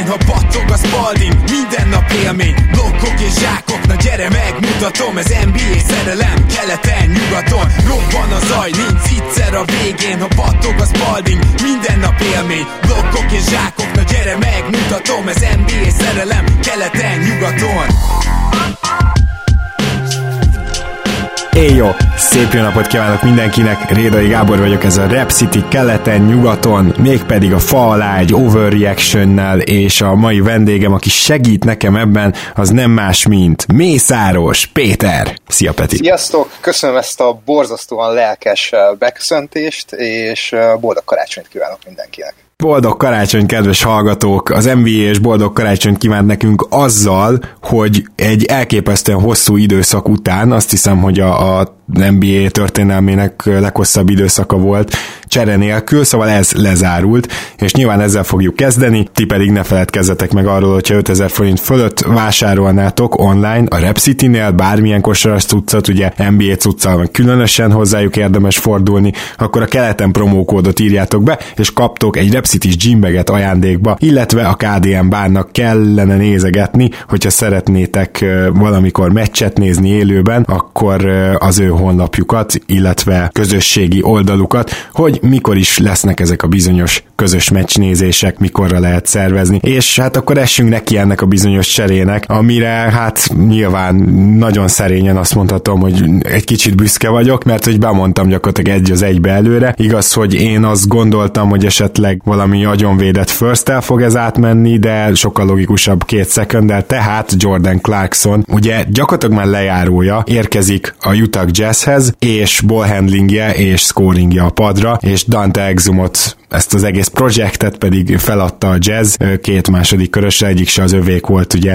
végén, ha battog a Spalding, minden nap élmény, blokkok és zsákok, na gyere megmutatom, ez NBA szerelem, keleten, nyugaton, robban a zaj, nincs viccer a végén, ha battog a Spalding, minden nap élmény, blokkok és zsákok, na gyere megmutatom, ez NBA szerelem, keleten, nyugaton. Jó, szép jó napot kívánok mindenkinek, Rédai Gábor vagyok, ez a Rap City keleten, nyugaton, mégpedig a fa alá egy overreactionnel, és a mai vendégem, aki segít nekem ebben, az nem más, mint Mészáros Péter. Szia, Peti! Sziasztok! Köszönöm ezt a borzasztóan lelkes beköszöntést, és boldog karácsonyt kívánok mindenkinek! Boldog karácsony, kedves hallgatók! Az NBA és boldog karácsonyt kívánt nekünk azzal, hogy egy elképesztően hosszú időszak után, azt hiszem, hogy a NBA történelmének leghosszabb időszaka volt csere nélkül, szóval ez lezárult, és nyilván ezzel fogjuk kezdeni, ti pedig ne feledkezzetek meg arról, hogyha 5000 forint fölött vásárolnátok online a Rap City-nél bármilyen kosaras cuccot, ugye NBA cuccal meg különösen hozzájuk érdemes fordulni, akkor a keleten promókódot írjátok be, és kaptok egy Rap City-s gymbaget ajándékba, illetve a KDM bárnak kellene nézegetni, hogyha szeretnétek valamikor meccset nézni élőben, akkor az ő honlapjukat, illetve közösségi oldalukat, hogy mikor is lesznek ezek a bizonyos közös meccsnézések, mikorra lehet szervezni, és hát akkor essünk neki ennek a bizonyos cserének, amire hát nyilván nagyon szerényen azt mondhatom, hogy egy kicsit büszke vagyok, mert hogy bemondtam gyakorlatilag egy az egybe előre. Igaz, hogy én azt gondoltam, hogy esetleg valami agyonvédett first-el fog ez átmenni, de sokkal logikusabb 2 second-el, tehát Jordan Clarkson, ugye gyakorlatilag már lejárója, érkezik a Utah Jazzhez, és ballhandlingje és scoringja a padra, és Dante Exumot, ezt az egész projektet pedig feladta a Jazz 2 második körösre, egyik se az övék volt, ugye.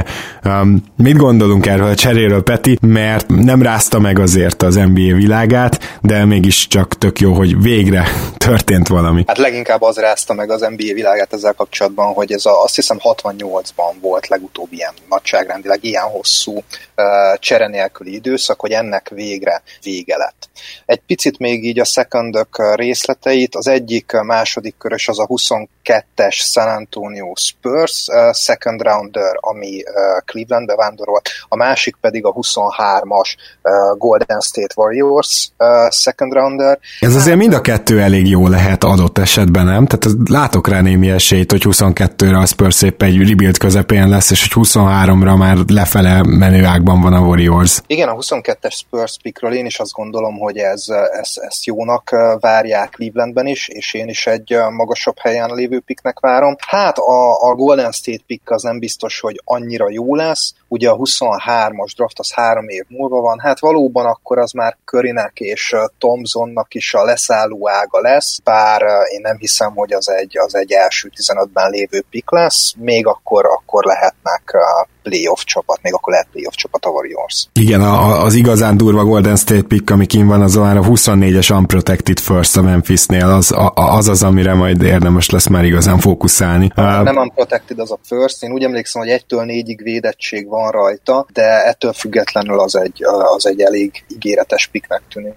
Mit gondolunk erről a cseréről, Peti? Mert nem rázta meg azért az NBA világát, de mégiscsak tök jó, hogy végre történt valami. Hát leginkább az rázta meg az NBA világát ezzel kapcsolatban, hogy ez azt hiszem 68-ban volt legutóbb ilyen nagyságrendileg ilyen hosszú csere nélküli időszak, hogy ennek végre vége lett. Egy picit még így a secondök részleteit, az egyik második körös az a 22-es San Antonio Spurs second rounder, ami Clevelandbe vándorolt, a másik pedig a 23-as Golden State Warriors second rounder. Ez azért mind a kettő elég jó lehet adott esetben, nem? Tehát látok rá némi esélyt, hogy 22-re a Spurs épp egy rebuild közepén lesz, és hogy 23-ra már lefele menő ágban van a Warriors. Igen, a 22-es Spurs pickről én is azt gondolom, hogy ezt jónak várják Clevelandben is, és én is egy magasabb helyen lévő picknek várom. Hát a Golden State pick az nem biztos, hogy annyira jó lesz, ugye a 23-as draft az 3 év múlva van, hát valóban akkor az már Currynek és Thompsonnak is a leszálló ága lesz, bár én nem hiszem, hogy az egy első 15-ben lévő pick lesz, még akkor lehetnek playoff csapat, még akkor lehet playoff csapat a Warriors. Igen, az igazán durva Golden State pick, ami kint van, az már a 24-es unprotected first a Memphisnél, az, amire majd érdemes lesz már igazán fókuszálni. Nem unprotected az a first, én úgy emlékszem, hogy 1-től 4-ig védettség van rajta, de ettől függetlenül az egy elég ígéretes picknek tűnik.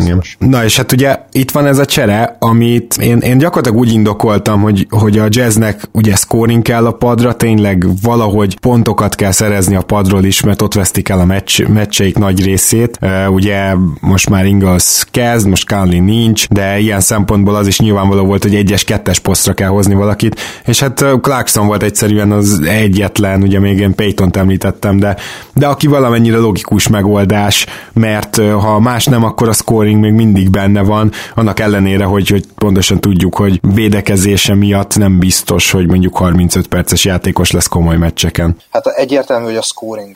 Na és hát ugye itt van ez a csere, amit én gyakorlatilag úgy indokoltam, hogy a Jazznek ugye scoring kell a padra, tényleg valahogy pontokat kell szerezni a padról is, mert ott vesztik el a meccseik nagy részét. Ugye most már Ingles kezd, most Conley nincs, de ilyen szempontból az is nyilvánvaló volt, hogy 1-es, 2-es posztra kell hozni valakit, és hát Clarkson volt egyszerűen az egyetlen, ugye még én Paytont említettem, de aki valamennyire logikus megoldás, mert ha más nem, akkor a scoring még mindig benne van, annak ellenére, hogy pontosan tudjuk, hogy védekezése miatt nem biztos, hogy mondjuk 35 perces játékos lesz komoly meccseken. Hát egyértelmű, hogy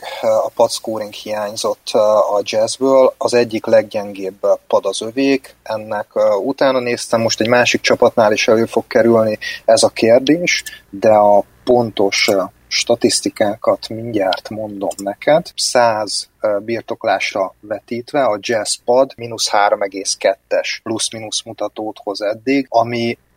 a pad scoring hiányzott a Jazzből, az egyik leggyengébb pad az övék, ennek utána néztem, most egy másik csapatnál is elő fog kerülni ez a kérdés, de a pontos statisztikákat mindjárt mondom neked. 100 birtoklásra vetítve a Jazz pad -3,2-es plusz-minusz mutatót hoz eddig, ami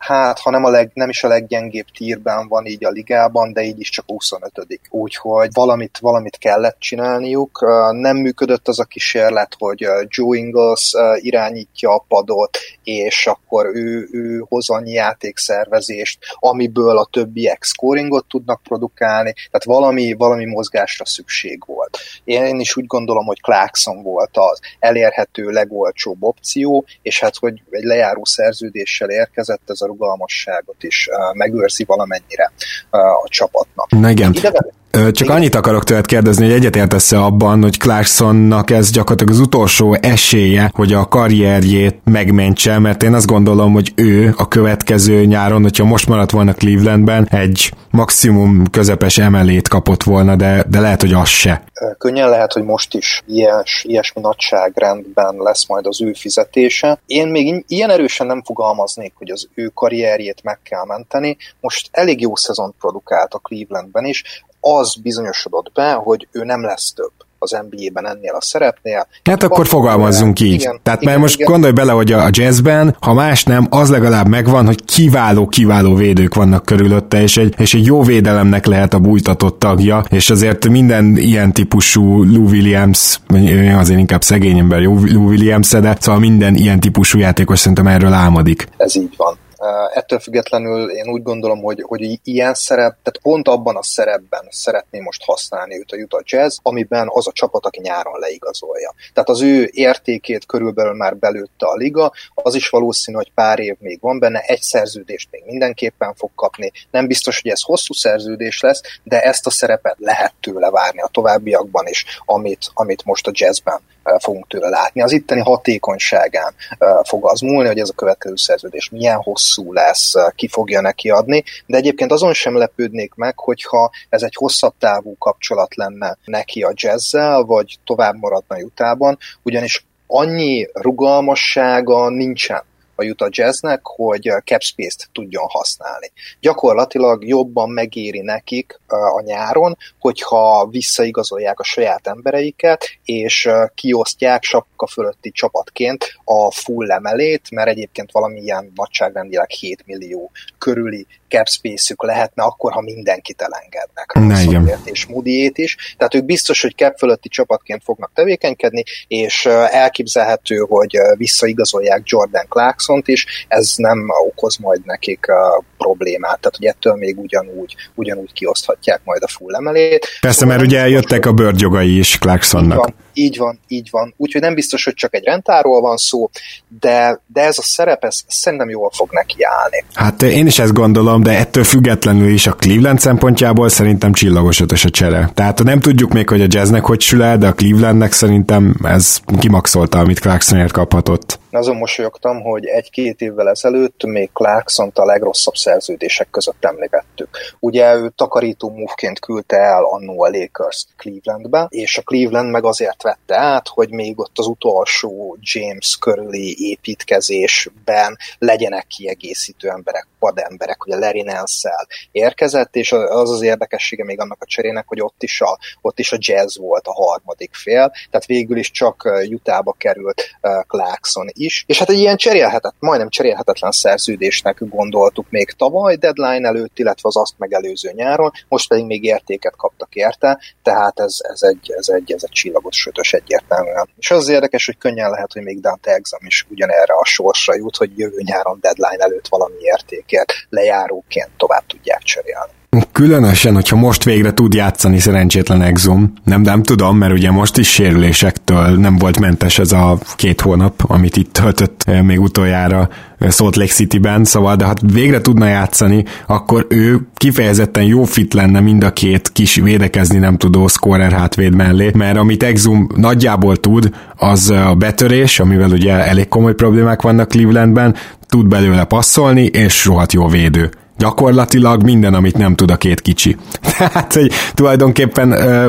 ha nem is a leggyengébb tírben van így a ligában, de így is csak 25. Úgyhogy valamit kellett csinálniuk. Nem működött az a kísérlet, hogy Joe Ingles irányítja a padot, és akkor ő hoz annyi játékszervezést, amiből a többiek scoringot tudnak produkálni, tehát valami mozgásra szükség volt. Én is úgy gondolom, hogy Clarkson volt az elérhető legolcsóbb opció, és hát, hogy egy lejáró szerződéssel érkezett, ez a rugalmasságot is megőrzi valamennyire a csapatnak. Na igen. Csak annyit akarok tőled kérdezni, hogy egyetértesz-e abban, hogy Clarksonnak ez gyakorlatilag az utolsó esélye, hogy a karrierjét megmentse, mert én azt gondolom, hogy ő a következő nyáron, hogyha most maradt volna Clevelandben, egy maximum közepes emelét kapott volna, de lehet, hogy az se. Könnyen lehet, hogy most is ilyesmi nagyságrendben lesz majd az ő fizetése. Én még ilyen erősen nem fogalmaznék, hogy az ő karrierjét meg kell menteni. Most elég jó szezont produkált a Clevelandben is, az bizonyosodott be, hogy ő nem lesz több az NBA-ben ennél a szerepnél. Hát akkor fogalmazzunk így. Igen, tehát igen, mert most igen. Gondolj bele, hogy a Jazzben, ha más nem, az legalább megvan, hogy kiváló védők vannak körülötte, és egy jó védelemnek lehet a bújtatott tagja, és azért minden ilyen típusú Lou Williams, azért inkább szegény ember Lou Williams, de szóval minden ilyen típusú játékos szerintem erről álmodik. Ez így van. Ettől függetlenül én úgy gondolom, hogy ilyen szerep, tehát pont abban a szerepben szeretné most használni őt a Utah Jazz, amiben az a csapat, aki nyáron leigazolja. Tehát az ő értékét körülbelül már belőtte a liga, az is valószínű, hogy pár év még van benne, egy szerződést még mindenképpen fog kapni. Nem biztos, hogy ez hosszú szerződés lesz, de ezt a szerepet lehet tőle várni a továbbiakban is, amit most a Jazzben fogunk tőle látni. Az itteni hatékonyságán fog az múlni, hogy ez a következő szerződés milyen hosszú lesz, ki fogja neki adni, de egyébként azon sem lepődnék meg, hogyha ez egy hosszabb távú kapcsolat lenne neki a Jazzel, vagy tovább maradna Utahban, ugyanis annyi rugalmassága nincsen a Utah Jazznek, hogy cap space-t tudjon használni. Gyakorlatilag jobban megéri nekik a nyáron, hogyha visszaigazolják a saját embereiket, és kiosztják sapka fölötti csapatként a full emelét, mert egyébként valamilyen nagyságrendileg 7 millió körüli cap space-ük lehetne akkor, ha mindenkit elengednek. És Moodyét is. Tehát ők biztos, hogy cap fölötti csapatként fognak tevékenykedni, és elképzelhető, hogy visszaigazolják Jordan Clarksont is, ez nem okoz majd nekik problémát, tehát hogy ettől még ugyanúgy kioszthatják majd a full emelét. Persze, szóval mert ugye jöttek a Bird jogai is Clarksonnak. Így van. Úgyhogy nem biztos, hogy csak egy rentáról van szó, de ez a szerep, ez szerintem jól fog neki állni. Hát én is ezt gondolom, de ettől függetlenül is a Cleveland szempontjából szerintem csillagos ötös a csere. Tehát nem tudjuk még, hogy a Jazznek hogy sül el, de a Clevelandnek szerintem ez kimaxolta, amit Clarksonért kaphatott. Azon mosolyogtam, hogy 1-2 évvel ezelőtt még Clarksont a legrosszabb szerződések között emlegettük. Ugye ő takarító move-ként küldte el annó a Lakers Clevelandbe, és a Cleveland meg azért vette át, hogy még ott az utolsó James körüli építkezésben legyenek kiegészítő emberek, pademberek, ugye Larry Nance-szel érkezett, és az érdekessége még annak a cserének, hogy ott is a Jazz volt a harmadik fél, tehát végül is csak Utahba került Clarkson is, és hát egy ilyen majdnem cserélhetetlen szerződésnek gondoltuk még tavaly deadline előtt, illetve az azt megelőző nyáron, most pedig még értéket kaptak érte, tehát ez egy csillagos sötös egyértelműen. És az érdekes, hogy könnyen lehet, hogy még Dante Exum is ugyanerre a sorsra jut, hogy jövő nyáron deadline előtt valami értékért lejáróként tovább tudják cserélni. Különösen, hogyha most végre tud játszani szerencsétlen Exum. Nem tudom, mert ugye most is sérülésektől nem volt mentes ez a 2 hónap, amit itt töltött még utoljára Salt Lake Cityben, szóval, de hát végre tudna játszani, akkor ő kifejezetten jó fit lenne mind a két kis védekezni nem tudó scorer hátvéd mellé, mert amit Exum nagyjából tud, az a betörés, amivel ugye elég komoly problémák vannak Clevelandben, tud belőle passzolni, és rohadt jó védő. Gyakorlatilag minden, amit nem tud a két kicsi. Tehát, hogy tulajdonképpen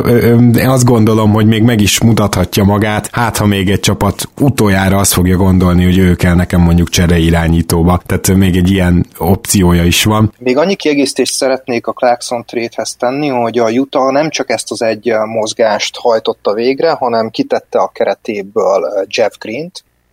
azt gondolom, hogy még meg is mutathatja magát, hát ha még egy csapat utoljára azt fogja gondolni, hogy ő kell nekem mondjuk csereirányítóba. Tehát még egy ilyen opciója is van. Még annyi kiegészítést szeretnék a Clarkson trade-hez tenni, hogy a Utah nem csak ezt az egy mozgást hajtotta végre, hanem kitette a keretéből Jeff Greent,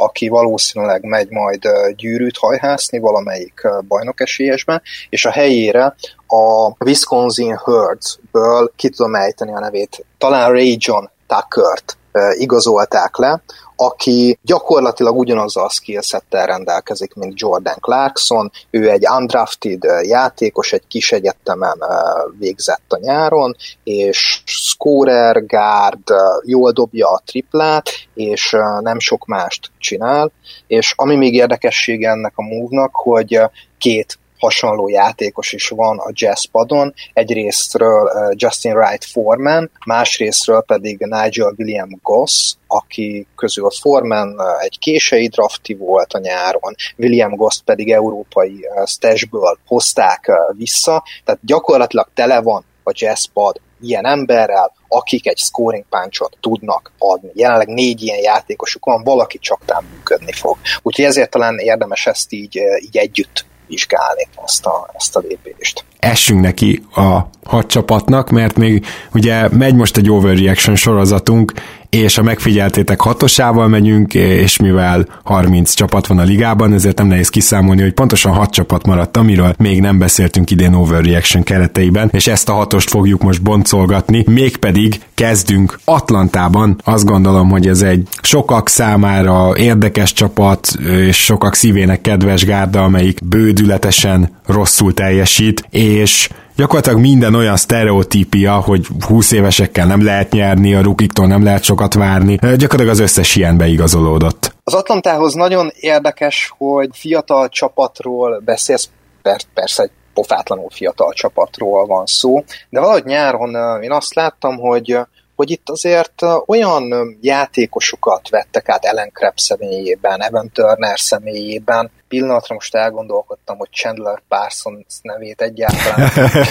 aki valószínűleg megy majd gyűrűt hajhászni valamelyik bajnokesélyesben, és a helyére a Wisconsin Hertzből, ki tudom ejteni a nevét, talán Ray John Tuckert igazolták le, aki gyakorlatilag ugyanazzal a skillsettel rendelkezik, mint Jordan Clarkson. Ő egy undrafted játékos, egy kis egyetemen végzett a nyáron, és scorer, guard, jól dobja a triplát, és nem sok mást csinál. És ami még érdekessége ennek a move-nak, hogy két hasonló játékos is van a Jazz padon, egyrésztről Justin Wright Foreman, másrésztről pedig Nigel William Goss, aki közül Foreman egy késői drafti volt a nyáron, William Goss pedig európai stashből hozták vissza, tehát gyakorlatilag tele van a Jazz pad ilyen emberrel, akik egy scoring punchot tudnak adni. Jelenleg 4 ilyen játékosuk van, valaki csak működni fog. Úgyhogy ezért talán érdemes ezt így együtt vizsgálni, ezt a lépést. Essünk neki a 6 csapatnak, mert még ugye megy most egy overreaction sorozatunk, és ha megfigyeltétek 6-osával megyünk, és mivel 30 csapat van a ligában, ezért nem nehéz kiszámolni, hogy pontosan 6 csapat maradt, amiről még nem beszéltünk idén overreaction kereteiben, és ezt a 6-ost fogjuk most boncolgatni, mégpedig kezdünk Atlantában. Azt gondolom, hogy ez egy sokak számára érdekes csapat, és sokak szívének kedves gárda, amelyik bődületesen rosszul teljesít, és gyakorlatilag minden olyan sztereotípia, hogy 20 évesekkel nem lehet nyerni, a rukiktól nem lehet sokat várni, gyakorlatilag az összes ilyen beigazolódott. Az Atlantához nagyon érdekes, hogy fiatal csapatról beszélsz, persze egy pofátlanul fiatal csapatról van szó, de valahogy nyáron én azt láttam, hogy itt azért olyan játékosokat vettek át Allen Crabbe személyében, Evan Turner személyében. Pillanatra most elgondolkodtam, hogy Chandler Parsons nevét egyáltalán.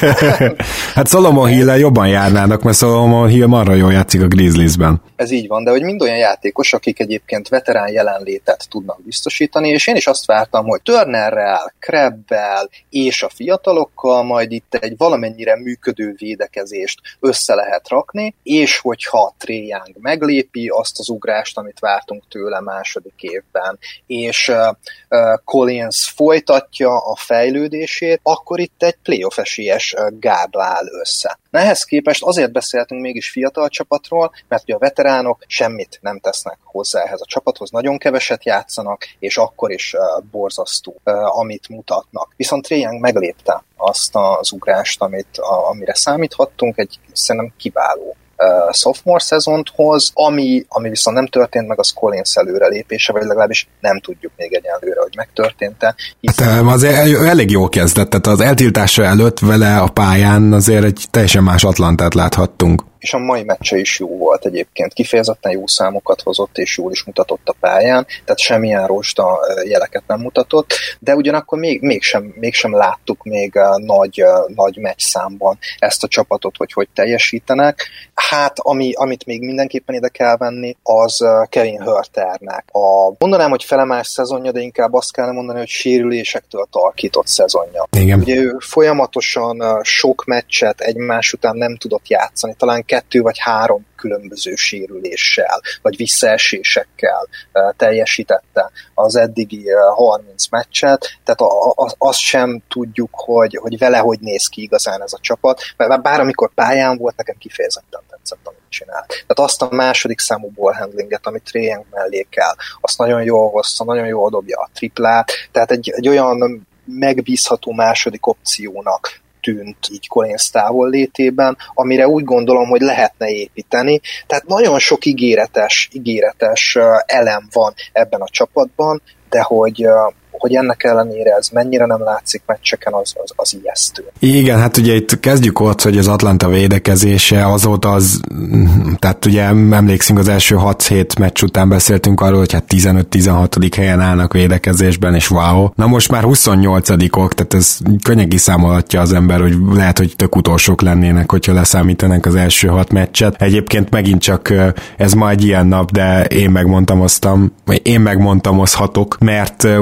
Hát Solomon Hill-el jobban járnának, mert Solomon Hill marra jól játszik a Grizzliesben. Ez így van, de hogy mind olyan játékos, akik egyébként veterán jelenlétet tudnak biztosítani, és én is azt vártam, hogy Turnerrel, Crabbe-vel és a fiatalokkal majd itt egy valamennyire működő védekezést össze lehet rakni, és hogyha Trae Young meglépi azt az ugrást, amit vártunk tőle második évben, és Collins folytatja a fejlődését, akkor itt egy playoff esélyes gárda áll össze. Ehhez képest azért beszéltünk mégis fiatal csapatról, mert ugye a veteránok semmit nem tesznek hozzá ehhez a csapathoz, nagyon keveset játszanak, és akkor is borzasztó, amit mutatnak. Viszont Trae Young meglépte azt az ugrást, amire számíthattunk, egy szerintem kiváló sophomore szezont hoz, ami viszont nem történt meg, az Collins előrelépése, vagy legalábbis nem tudjuk még egyenlőre, hogy megtörtént-e. Hát azért elég jól kezdett, tehát az eltiltása előtt vele a pályán azért egy teljesen más Atlantát láthattunk. És a mai meccse is jó volt egyébként. Kifejezetten jó számokat hozott, és jól is mutatott a pályán, tehát semmilyen rosta jeleket nem mutatott, de ugyanakkor mégsem láttuk még nagy meccsszámban ezt a csapatot, hogy teljesítenek. Hát, amit még mindenképpen ide kell venni, az Kevin Huerternek. Mondanám, hogy felemás szezonja, de inkább azt kellene mondani, hogy sérülésektől tarkított szezonja. Igen. Ugye ő folyamatosan sok meccset egymás után nem tudott játszani, talán 2 vagy 3 különböző sérüléssel, vagy visszaesésekkel teljesítette az eddigi 30 meccset, tehát azt sem tudjuk, hogy vele hogy néz ki igazán ez a csapat, mert bár amikor pályán volt, nekem kifejezetten tetszett, amit csinál. Tehát azt a második számú ballhandlinget, amit Trae Young mellé kell, azt nagyon jól hozta, nagyon jól dobja a triplát, tehát egy olyan megbízható második opciónak tűnt így Collins távollétében, amire úgy gondolom, hogy lehetne építeni. Tehát nagyon sok ígéretes elem van ebben a csapatban, de hogy ennek ellenére ez mennyire nem látszik meccseken, az ijesztő. Igen, hát ugye itt kezdjük ott, hogy az Atlanta védekezése azóta tehát ugye emlékszünk az első 6-7 meccs után beszéltünk arról, hogy hát 15-16. helyen állnak védekezésben, és wow. Na most már 28-ok, tehát ez könnyen kiszámolhatja az ember, hogy lehet, hogy tök utolsók lennének, hogyha leszámítanak az első 6 meccset. Egyébként megint csak ez ma egy ilyen nap, de én megmondtamozhatok, mert ugye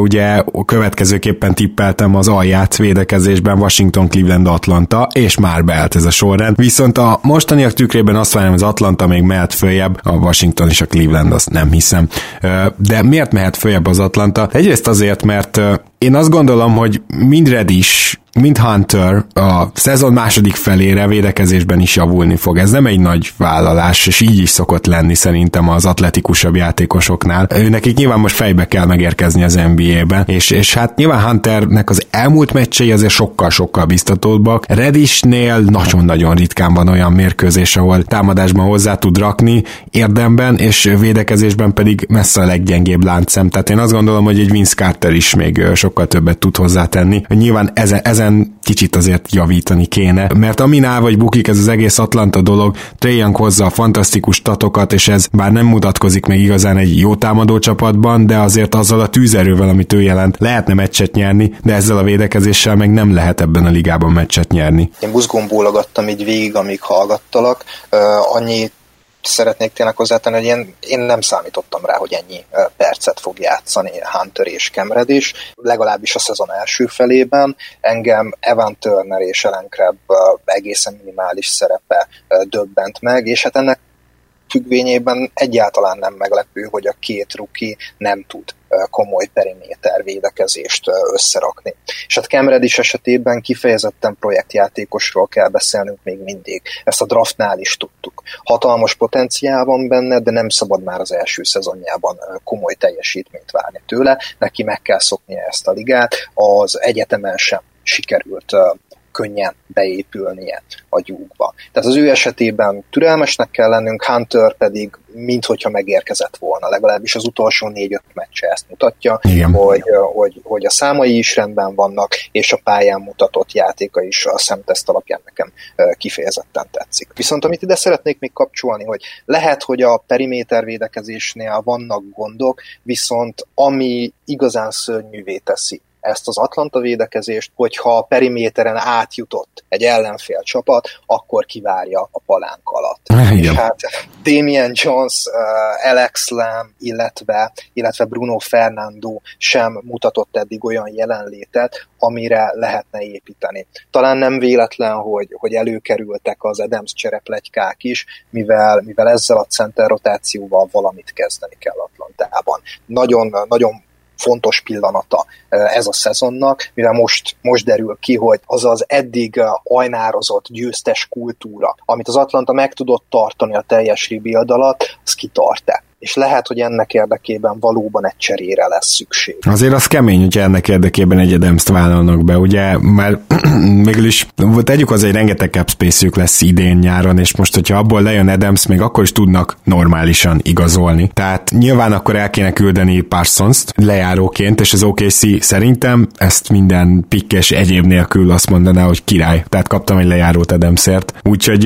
következőképpen tippeltem az alját védekezésben: Washington, Cleveland, Atlanta, és már beállt ez a sorrend. Viszont a mostaniak tükrében azt várom, az Atlanta még mehet följebb, a Washington és a Cleveland, azt nem hiszem. De miért mehet följebb az Atlanta? Egyrészt azért, mert én azt gondolom, hogy mind Reddish, mind Hunter a szezon második felére védekezésben is javulni fog. Ez nem egy nagy vállalás, és így is szokott lenni szerintem az atletikusabb játékosoknál. Nekik nyilván most fejbe kell megérkezni az NBA-ben, és hát nyilván Hunternek az elmúlt meccsei azért sokkal-sokkal biztatóbbak. Reddishnél nagyon-nagyon ritkán van olyan mérkőzés, ahol támadásban hozzá tud rakni érdemben, és védekezésben pedig messze a leggyengébb láncszem. Tehát én azt gondolom, hogy egy Vince Carter is még sokkal többet tud hozzátenni. Nyilván ezen kicsit azért javítani kéne, mert amin áll vagy bukik ez az egész Atlanta dolog, Trae Young hozza a fantasztikus statokat, és ez bár nem mutatkozik meg igazán egy jó támadó csapatban, de azért azzal a tűzerővel, amit ő jelent, lehetne meccset nyerni, de ezzel a védekezéssel meg nem lehet ebben a ligában meccset nyerni. Én buzgón bólogattam így végig, amíg hallgattalak. Annyit szeretnék tényleg hozzátenni, hogy én nem számítottam rá, hogy ennyi percet fog játszani Hunter és Cam Reddish, legalábbis a szezon első felében. Engem Evan Turner és Allen Crabbe egészen minimális szerepe döbbent meg, és hát ennek függvényében egyáltalán nem meglepő, hogy a két rookie nem tud komoly periméter védekezést összerakni. És hát Cam Reddish esetében kifejezetten projektjátékosról kell beszélnünk még mindig. Ezt a draftnál is tudtuk. Hatalmas potenciál van benne, de nem szabad már az első szezonjában komoly teljesítményt várni tőle. Neki meg kell szoknia ezt a ligát. Az egyetemen sem sikerült könnyen beépülnie a lyukba. Tehát az ő esetében türelmesnek kell lennünk, Hunter pedig minthogyha megérkezett volna, legalábbis az utolsó 4-5 meccse ezt mutatja, hogy a számai is rendben vannak, és a pályán mutatott játéka is a szemteszt alapján nekem kifejezetten tetszik. Viszont amit ide szeretnék még kapcsolni, hogy lehet, hogy a periméter védekezésnél vannak gondok, viszont ami igazán szörnyűvé teszi ezt az Atlanta védekezést, hogyha a periméteren átjutott egy ellenfél csapat, akkor kivárja a palánk alatt. És hát Damian Jones, Alex Lam, illetve Bruno Fernando sem mutatott eddig olyan jelenlétet, amire lehetne építeni. Talán nem véletlen, hogy előkerültek az Adams cserepletykák is, mivel ezzel a center rotációval valamit kezdeni kell Atlantában. Nagyon fontos pillanata ez a szezonnak, mivel most derül ki, hogy az eddig ajnározott győztes kultúra, amit az Atlanta meg tudott tartani a teljes rebuild alatt, az kitart-e. És lehet, hogy ennek érdekében valóban egy cserére lesz szükség. Azért az kemény, hogyha ennek érdekében egy Adams-t vállalnak be, ugye, mert mégis tegyük az, egy rengeteg cap space-ük lesz idén nyáron, és most, hogyha abból lejön Adams, még akkor is tudnak normálisan igazolni. Tehát nyilván akkor el kéne küldeni Parsons-t lejáróként, és az OKC szerintem ezt minden pick és egyéb nélkül azt mondaná, hogy király. Tehát kaptam egy lejárót Adamsért. Úgyhogy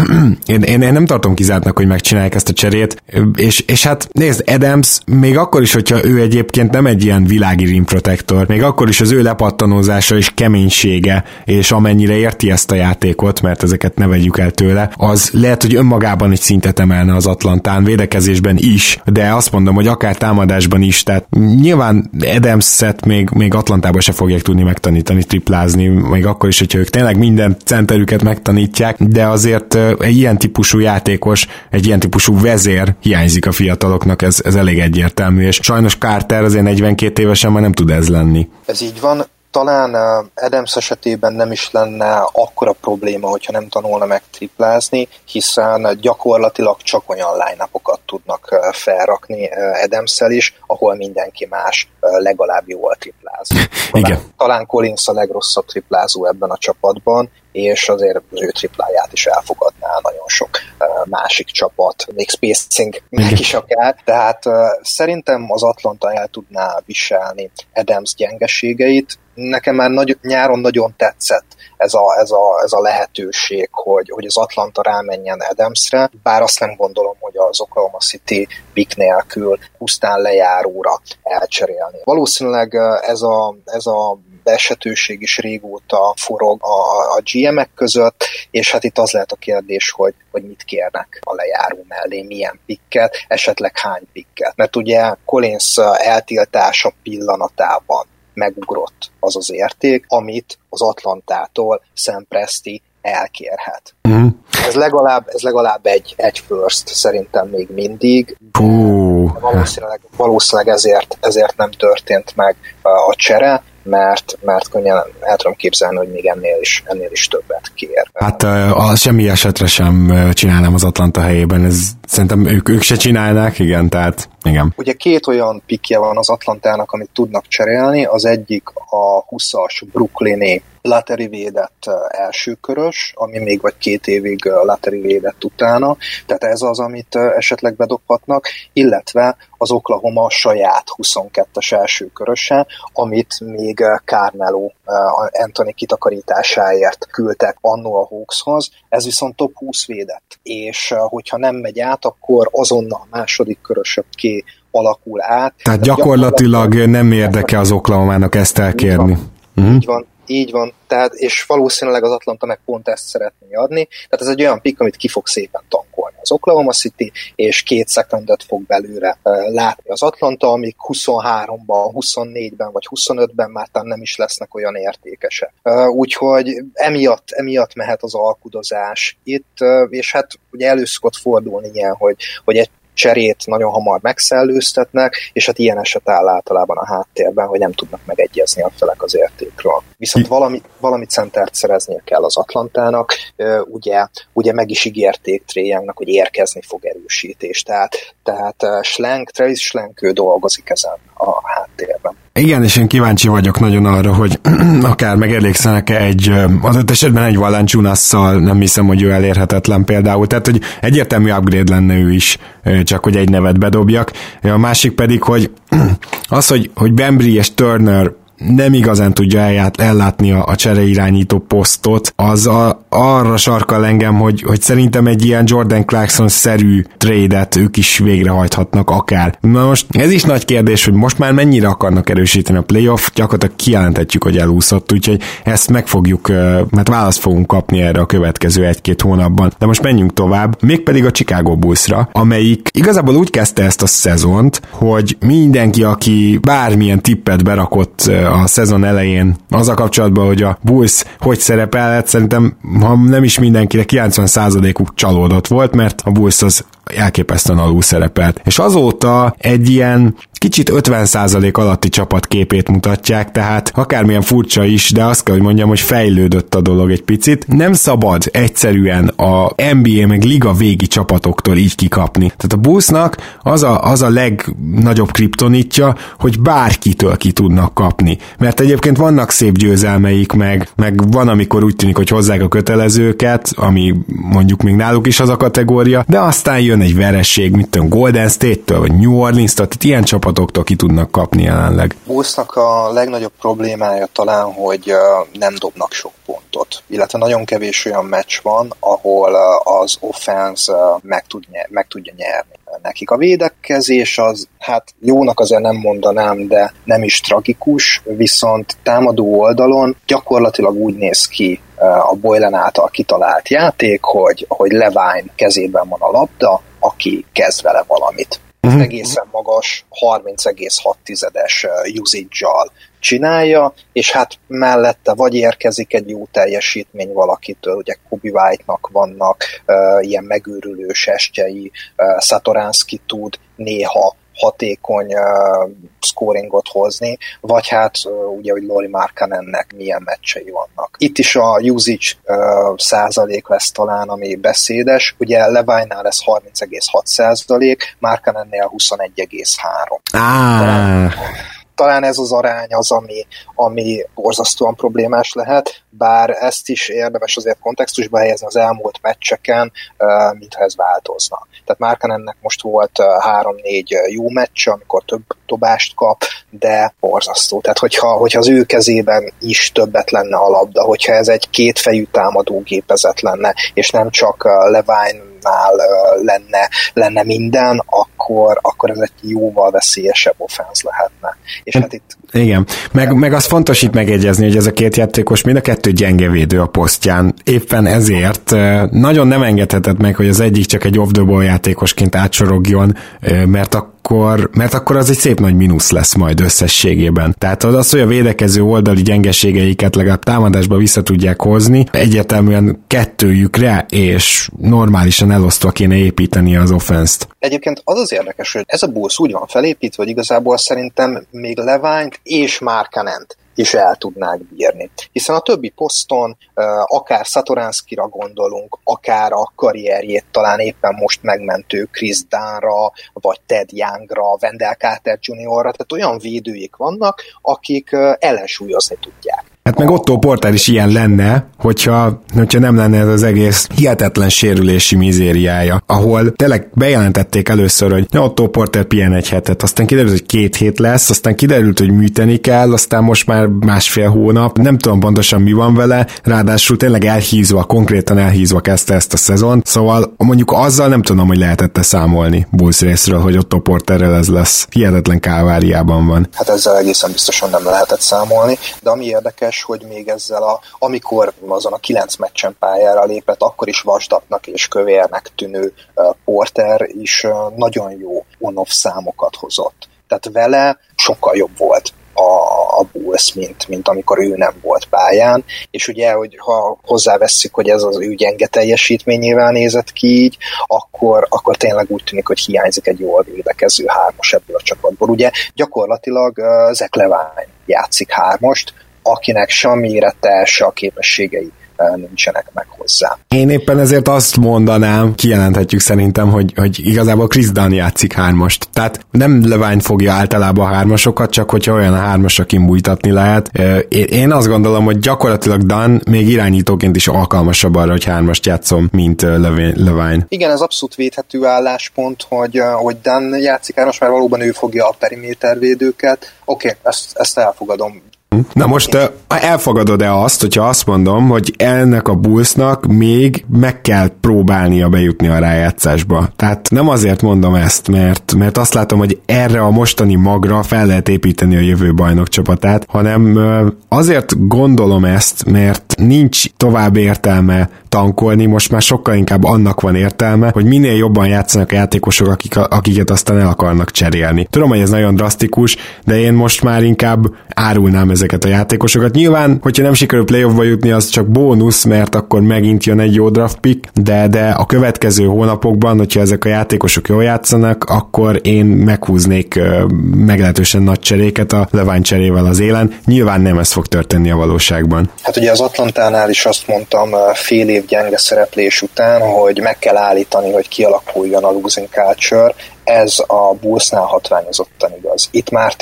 én nem tartom kizártnak, hogy megcsinálják ezt a cserét, és hát nézd, Adams még akkor is, hogyha ő egyébként nem egy ilyen világi rim protector, még akkor is az ő lepattanózása és keménysége, és amennyire érti ezt a játékot, mert ezeket ne vegyük el tőle, az lehet, hogy önmagában egy szintet emelne az Atlantán, védekezésben is, de azt mondom, hogy akár támadásban is, tehát nyilván Adams-et még Atlantában se fogják tudni megtanítani triplázni, még akkor is, hogyha ők tényleg minden centerüket megtanítják, de azért egy ilyen típusú játékos, egy ilyen típusú vezér hiányzik a fiataloknak, ez elég egyértelmű, és sajnos Carter azért 42 évesen már nem tud ez lenni. Ez így van. Talán Adams esetében nem is lenne akkora probléma, hogyha nem tanulna meg triplázni, hiszen gyakorlatilag csak olyan line-upokat tudnak felrakni Adams-szel is, ahol mindenki más legalább jól tripláz. Talán Collins a legrosszabb triplázó ebben a csapatban, és azért az ő tripláját is elfogadná nagyon sok másik csapat, még spacing meg is akár, tehát szerintem az Atlanta el tudná viselni Adams gyengeségeit. Nekem már nyáron nagyon tetszett ez a lehetőség, hogy az Atlanta rámenjen Adamsre, bár azt nem gondolom, hogy az Oklahoma City pick nélkül pusztán lejáróra elcserélni. Valószínűleg ez a beeshetőség is régóta forog a GM-ek között, és hát itt az lehet a kérdés, hogy mit kérnek a lejáró mellé, milyen pikket, esetleg hány pikket. Mert ugye Collins eltiltása pillanatában megugrott az az érték, amit az Atlantától Sam Presti elkérhet. Ez legalább egy first szerintem még mindig. Valószínűleg ezért nem történt meg a csere, mert könnyen el tudom képzelni, hogy még ennél is többet kér. Hát semmi esetre sem csinálnám az Atlanta helyében, ez szerintem ők se csinálnák, igen, tehát igen. Ugye 2 olyan pikje van az Atlantának, amit tudnak cserélni, az egyik a 20-as brooklyni lottery védett elsőkörös, ami még vagy 2 évig lottery védett utána, tehát ez az, amit esetleg bedobhatnak, illetve az Oklahoma saját 22-es elsőköröse, amit még Carmelo Anthony kitakarításáért küldtek annó a Hawkshoz, ez viszont top 20 védett, és hogyha nem megy át, akkor azonnal a második körösökké alakul át. Tehát gyakorlatilag nem érdeke az Oklahomának ezt elkérni. Így van, tehát, és valószínűleg az Atlanta meg pont ezt szeretné adni, tehát ez egy olyan pick, amit ki fog szépen tankolni az Oklahoma City, és 2 secondot fog belőle látni az Atlanta, amik 23-ban, 24-ben vagy 25-ben már nem is lesznek olyan értékesek. Úgyhogy emiatt mehet az alkudozás itt, és hát ugye elő szokott fordulni ilyen, hogy egy cserét nagyon hamar megszellőztetnek, és hát ilyen eset áll általában a háttérben, hogy nem tudnak megegyezni a felek az értékről. Viszont valami centert szereznie kell az Atlantának, ugye meg is ígérték Trae Youngnak, hogy érkezni fog erősítés. Tehát Travis Schlenk, ő dolgozik ezen a háttérben. Igen, és én kíváncsi vagyok nagyon arra, hogy akár megelégszene-e az esetben egy Valanciunasszal, nem hiszem, hogy ő elérhetetlen például, tehát hogy egyértelmű upgrade lenne ő is, csak hogy egy nevet bedobjak. A másik pedig, hogy az, hogy Bembry és Turner nem igazán tudja ellátni a csereirányító posztot, az arra sarkal engem, hogy szerintem egy ilyen Jordan Clarkson-szerű trade-et ők is végrehajthatnak akár. Na most ez is nagy kérdés, hogy most már mennyire akarnak erősíteni a playoff, gyakorlatilag kijelenthetjük, hogy elúszott, úgyhogy ezt megfogjuk, mert választ fogunk kapni erre a következő 1-2 hónapban. De most menjünk tovább, mégpedig a Chicago Bullsra, amelyik igazából úgy kezdte ezt a szezont, hogy mindenki, aki bármilyen tippet berakott a szezon elején azzal kapcsolatban, hogy a Bulls hogy szerepelhet, szerintem ha nem is mindenkire 90%-uk csalódott volt, mert a Bulls az elképesztően alul szerepelt. És azóta egy ilyen kicsit 50% alatti csapatképét mutatják, tehát akármilyen furcsa is, de azt kell, hogy mondjam, hogy fejlődött a dolog egy picit. Nem szabad egyszerűen a NBA meg liga végi csapatoktól így kikapni. Tehát a Bullsnak az a legnagyobb kriptonitja, hogy bárkitől ki tudnak kapni. Mert egyébként vannak szép győzelmeik, meg van, amikor úgy tűnik, hogy hozzák a kötelezőket, ami mondjuk még náluk is az a kategória, de aztán jön egy vereség, mit tudom, Golden State-től, vagy New Orleans-től, tehát ilyen csapatoktól ki tudnak kapni jelenleg. Bullsnak a legnagyobb problémája talán, hogy nem dobnak sok pontot, illetve nagyon kevés olyan meccs van, ahol az offense meg tudja nyerni. Nekik a védekezés az, hát jónak azért nem mondanám, de nem is tragikus, viszont támadó oldalon gyakorlatilag úgy néz ki a Boylen által kitalált játék, hogy Levine kezében van a labda, aki kezd vele valamit. Egészen magas 30,6-es usage-jal csinálja, és hát mellette vagy érkezik egy jó teljesítmény valakitől, ugye Kobe White-nak vannak ilyen megőrülős estjei, Satoranski tud néha hatékony scoringot hozni, vagy hát ugye, hogy Lauri Markkanennek milyen meccsei vannak. Itt is a usage százalék lesz talán, ami beszédes, ugye Levine-nál ez 30,6%, Markkanennél 21,3%. Talán ez az arány az, ami borzasztóan problémás lehet, bár ezt is érdemes azért kontextusba helyezni az elmúlt meccseken, mintha ez változna. Tehát Markkanennek most volt 3-4 jó meccs, amikor több dobást kap, de borzasztó. Tehát hogyha az ő kezében is többet lenne a labda, hogyha ez egy kétfejű támadógépezet lenne, és nem csak Levine-nál lenne minden, akkor ez egy jóval veszélyesebb offense lehetne. És hát itt... Igen, meg az fontos itt megegyezni, hogy ez a két játékos mind a kettő gyenge védő a posztján. Éppen ezért nagyon nem engedheted meg, hogy az egyik csak egy off-the-ball játékosként átsorogjon, mert mert akkor az egy szép nagy mínusz lesz majd összességében. Tehát az, hogy a védekező oldali gyengeségeiket legalább támadásba vissza tudják hozni, egyértelműen kettőjükre és normálisan elosztva kéne építeni az offenszt. Egyébként az érdekes, hogy ez a Bulls úgy van felépítve, hogy igazából szerintem még Leványt és Markkanent is el tudnák bírni. Hiszen a többi poszton, akár Satoranskira gondolunk, akár a karrierjét talán éppen most megmentő Chris Dunnra, vagy Ted Youngra, Wendell Carter Jr.-ra, tehát olyan védőik vannak, akik ellensúlyozni tudják. Hát meg Otto Porter is ilyen lenne, hogyha nem lenne ez az egész hihetetlen sérülési mizériája, ahol tényleg bejelentették először, hogy Otto Porter pihen egy hetet, aztán kiderült, hogy 2 hét lesz, aztán kiderült, hogy műteni kell, aztán most már 1,5 hónap, nem tudom pontosan mi van vele, ráadásul tényleg konkrétan elhízva kezdte ezt a szezon, szóval mondjuk azzal nem tudom, hogy lehetett számolni Bulls részről, hogy Otto Porterrel ez lesz. Hihetetlen káváriában van. Hát ezzel egészen biztosan nem lehetett számolni, de ami érdekes, hogy még ezzel amikor azon a 9 meccsen pályára lépett, akkor is vasdatnak és kövérnek tűnő Porter is nagyon jó on-off számokat hozott. Tehát vele sokkal jobb volt a Bulls, mint amikor ő nem volt pályán, és ugye, hogy ha hozzávesszük, hogy ez az ő gyenge teljesítményével nézett ki így, akkor tényleg úgy tűnik, hogy hiányzik egy jól védekező 3-as ebből a csapatból. Ugye gyakorlatilag Zach LaVine játszik 3-ast, akinek se a mérete, se a képességei nincsenek meg hozzá. Én éppen ezért azt mondanám, kijelenthetjük szerintem, hogy igazából Chris Dunn játszik 3-ast. Tehát nem LaVine fogja általában a 3-asokat, csak hogyha olyan a 3-as, akin bújtatni lehet. Én azt gondolom, hogy gyakorlatilag Dunn még irányítóként is alkalmasabb arra, hogy 3-ast játszom, mint LaVine. Igen, ez abszolút védhető álláspont, hogy Dunn játszik 3-as, mert valóban ő fogja a perimétervédőket. Oké, ezt elfogadom. Na most elfogadod-e azt, hogyha azt mondom, hogy ennek a Bullsnak még meg kell próbálnia bejutni a rájátszásba? Tehát nem azért mondom ezt, mert azt látom, hogy erre a mostani magra fel lehet építeni a jövő bajnok csapatát, hanem azért gondolom ezt, mert nincs tovább értelme tankolni, most már sokkal inkább annak van értelme, hogy minél jobban játszanak a játékosok, akiket aztán el akarnak cserélni. Tudom, hogy ez nagyon drasztikus, de én most már inkább árulnám ezeket a játékosokat. Nyilván, hogyha nem sikerül playoffba jutni, az csak bónusz, mert akkor megint jön egy jó draft pick, de a következő hónapokban, hogyha ezek a játékosok jól játszanak, akkor én meghúznék meglehetősen nagy cseréket a LaVine cserével az élen. Nyilván nem ez fog történni a valóságban. Hát ugye az Atlantánál is azt mondtam fél év gyenge szereplés után, hogy meg kell állítani, hogy kialakuljon a losing culture. Ez a Bullsnál hatványozottan igaz. Itt már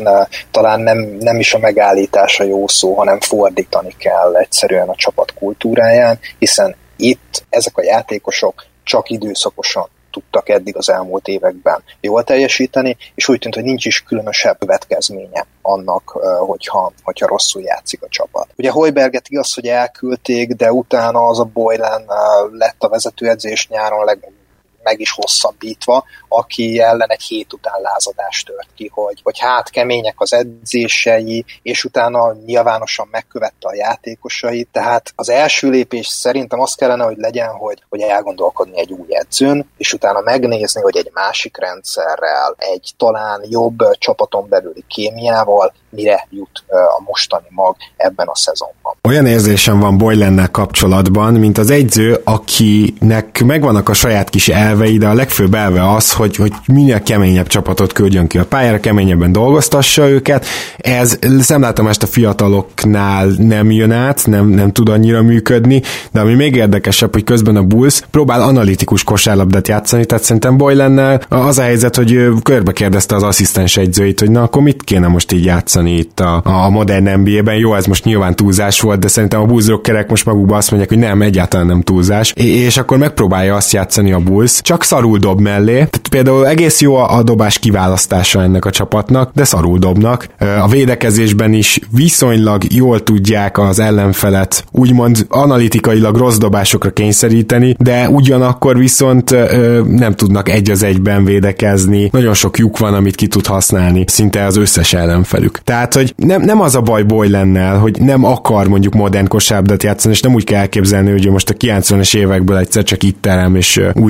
talán nem is a megállítása jó szó, hanem fordítani kell egyszerűen a csapat kultúráján, hiszen itt ezek a játékosok csak időszakosan tudtak eddig az elmúlt években jól teljesíteni, és úgy tűnt, hogy nincs is különösebb következménye annak, hogyha rosszul játszik a csapat. Ugye Hoiberget igaz, hogy elküldték, de utána az a Boylan lett a vezetőedzés nyáron meg is hosszabbítva, aki ellen egy hét után lázadás tört ki, hogy hát kemények az edzései, és utána nyilvánosan megkövette a játékosait, tehát az első lépés szerintem az kellene, hogy legyen, hogy elgondolkodni egy új edzőn, és utána megnézni, hogy egy másik rendszerrel, egy talán jobb csapaton belüli kémiával mire jut a mostani mag ebben a szezonban. Olyan érzésem van Boylannel kapcsolatban, mint az edző, akinek megvannak a saját kis elvei, de a legfőbb elve az, hogy minél keményebb csapatot küldjön ki a pályára, keményebben dolgoztassa őket. Ez szemlátomást a fiataloknál nem jön át, nem tud annyira működni, de ami még érdekesebb, hogy közben a Bulls próbál analitikus kosárlabdát játszani, tehát szerintem Boylannel az a helyzet, hogy körbe kérdezte az asszisztens edzőit, hogy na akkor mit kéne most így játszani itt a modern NBA-ben. Jó, ez most nyilván túlzás volt, de szerintem a Bulls rockerek most magukban azt mondják, hogy nem, egyáltalán nem túlzás. És akkor megpróbálja azt játszani a Bulls, csak szarul dob mellé. Tehát például egész jó a dobás kiválasztása ennek a csapatnak, de szarul dobnak. A védekezésben is viszonylag jól tudják az ellenfelet úgymond analitikailag rossz dobásokra kényszeríteni, de ugyanakkor viszont nem tudnak egy az egyben védekezni. Nagyon sok lyuk van, amit ki tud használni, szinte az összes ellenfelük. Tehát, hogy nem az a baj Boylannel, hogy nem akar mondjuk modern kosárlabdát játszani, és nem úgy kell elképzelni, hogy most a 90-es évekből egyszer csak itt terem, és újra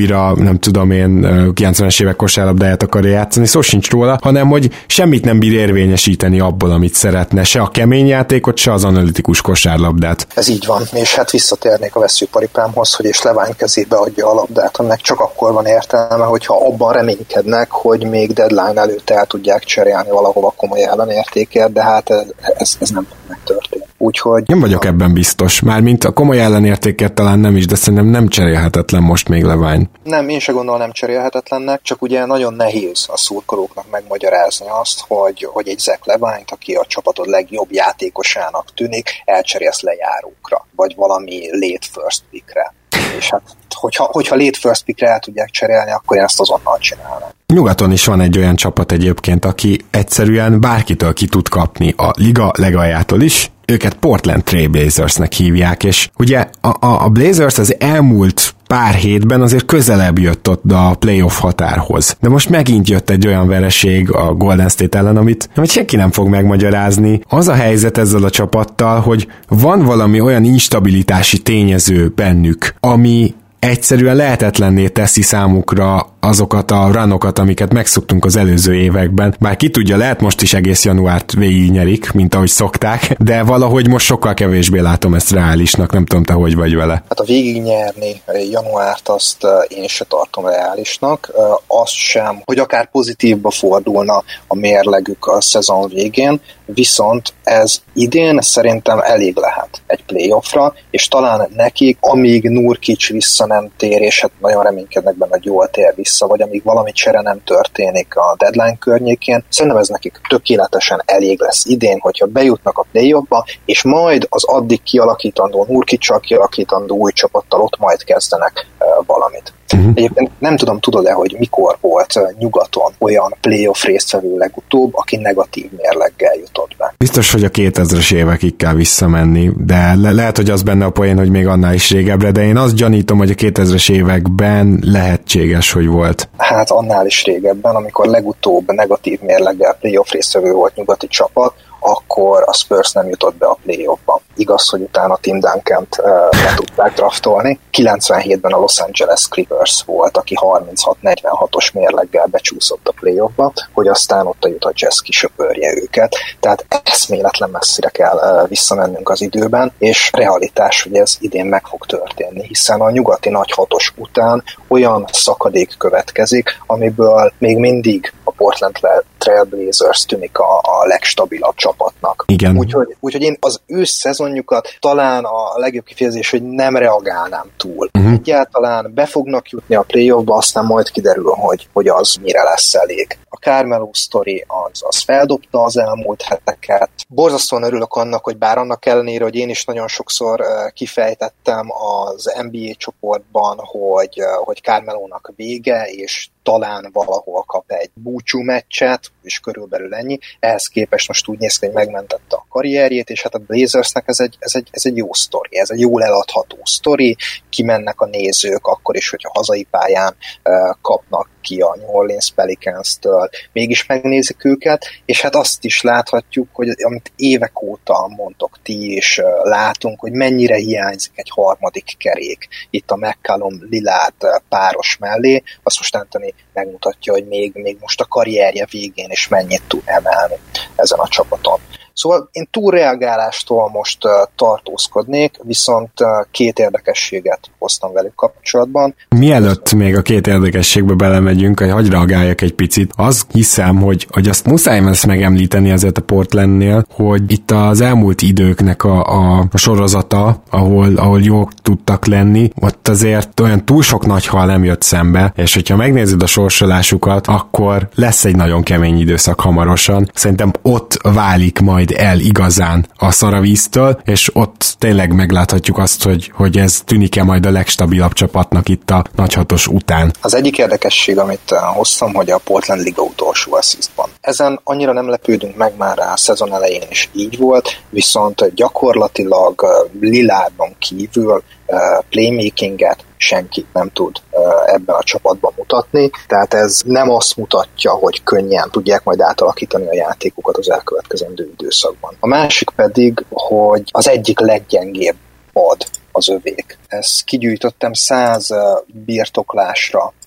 nem tudom én, 90-es évek kosárlabdáját akarja játszani, szó sincs róla, hanem hogy semmit nem bír érvényesíteni abból, amit szeretne, se a kemény játékot, se az analitikus kosárlabdát. Ez így van, és hát visszatérnék a veszőparipámhoz, hogy és Levine kezébe adja a labdát, annak csak akkor van értelme, hogyha abban reménykednek, hogy még deadline előtt el tudják cserélni valahova komoly ellenértékért, de hát ez nem fog megtörténni. Úgyhogy... Nem vagyok ebben biztos. Mármint a komoly ellenértékért talán nem is, de szerintem nem cserélhetetlen most még Levine. Nem, én se gondolom nem cserélhetetlennek, csak ugye nagyon nehéz a szurkolóknak megmagyarázni azt, hogy egy Zach Levine-t, aki a csapatod legjobb játékosának tűnik, elcserélsz lejárókra, vagy valami late first pickre. És hát, hogyha late first pickre el tudják cserélni, akkor én ezt azonnal csinálom. Nyugaton is van egy olyan csapat egyébként, aki egyszerűen bárkitől ki tud kapni, a liga legaljától is. Őket Portland Trail Blazersnek hívják, és ugye a Blazers az elmúlt pár hétben azért közelebb jött ott a playoff határhoz. De most megint jött egy olyan vereség a Golden State ellen, amit senki nem fog megmagyarázni. Az a helyzet ezzel a csapattal, hogy van valami olyan instabilitási tényező bennük, ami egyszerűen lehetetlenné teszi számukra azokat a runokat, amiket megszoktunk az előző években. Bár ki tudja, lehet most is egész januárt végignyerik, mint ahogy szokták, de valahogy most sokkal kevésbé látom ezt reálisnak, nem tudom, te hogy vagy vele. Hát a végignyerni januárt azt én se tartom reálisnak, azt sem, hogy akár pozitívba fordulna a mérlegük a szezon végén, viszont ez idén szerintem elég lehet egy playoffra, és talán nekik, amíg Nurkic vissza nem tér, és hát nagyon reménykednek benne, hogy jól tér vissza, vagy amíg valami csere nem történik a deadline környékén, szerintem ez nekik tökéletesen elég lesz idén, hogyha bejutnak a playoffba, és majd az addig kialakítandó, Nurkic-sal kialakítandó új csapattal ott majd kezdenek valamit. Egyébként nem tudom, tudod-e, hogy mikor volt nyugaton olyan playoff résztvevő legutóbb, aki negatív mérleggel jutott be. Biztos, hogy a 2000-es évekig kell visszamenni, de lehet, hogy az benne a poén, hogy még annál is régebbre, de én azt gyanítom, hogy a 2000-es években lehetséges, hogy volt. Hát annál is régebben, amikor legutóbb negatív mérleggel playoff résztvevő volt nyugati csapat, akkor a Spurs nem jutott be a playoffba. Igaz, hogy utána Tim Duncant le tudták draftolni. 97-ben a Los Angeles Clippers volt, aki 36-46-os mérleggel becsúszott a playoffba, hogy aztán ott a Utah Jazz kisöpörje őket. Tehát eszméletlen messzire kell visszamennünk az időben, és realitás, hogy ez idén meg fog történni, hiszen a nyugati nagy hatos után olyan szakadék következik, amiből még mindig a Portland Trail Blazers tűnik a legstabilabb csapatnak. Igen. Úgyhogy én az ősz szezonjukat talán a legjobb kifejezés, hogy nem reagálnám túl. Egyáltalán be fognak jutni a playoffba, aztán majd kiderül, hogy az mire lesz elég. A Carmelo sztori az feldobta az elmúlt heteket. Borzasztóan örülök annak, hogy bár annak ellenére, hogy én is nagyon sokszor kifejtettem az NBA csoportban, hogy Carmelónak vége, és talán valahol kap egy búcsú meccset, és körülbelül ennyi. Ehhez képest most úgy néz ki, hogy megmentette a karrierjét, és hát a Blazersnek ez egy jó sztori, ez egy jól eladható sztori, kimennek a nézők, akkor is, hogyha hazai pályán kapnak ki a New Orleans Pelicans-től, mégis megnézik őket, és hát azt is láthatjuk, hogy amit évek óta mondtok ti is látunk, hogy mennyire hiányzik egy harmadik kerék itt a McCallum-Lillard páros mellé, azt most Anthony megmutatja, hogy még most a karrierje végén is mennyit tud emelni ezen a csapaton. Szóval én túlreagálástól most tartózkodnék, viszont két érdekességet hoztam velük kapcsolatban. Mielőtt még a két érdekességbe belemegyünk, hogy hadd reagáljak egy picit, azt hiszem, hogy azt muszáj ezt megemlíteni azért a Portlandnél, hogy itt az elmúlt időknek a sorozata, ahol jók tudtak lenni, ott azért olyan túl sok nagy hal nem jött szembe, és hogyha megnézed a sorsolásukat, akkor lesz egy nagyon kemény időszak hamarosan. Szerintem ott válik majd el igazán a szaravíztől, és ott tényleg megláthatjuk azt, hogy ez tűnik-e majd a legstabilabb csapatnak itt a nagyhatos után. Az egyik érdekesség, amit hoztam, hogy a Portland liga utolsó asszisztban. Ezen annyira nem lepődünk meg, már a szezon elején is így volt, viszont gyakorlatilag Lillardon kívül playmakinget senki nem tud ebben a csapatban mutatni, tehát ez nem azt mutatja, hogy könnyen tudják majd átalakítani a játékukat az elkövetkezendő időszakban. A másik pedig, hogy az egyik leggyengébb pad az övék. Ezt kigyűjtöttem 100 birtoklásra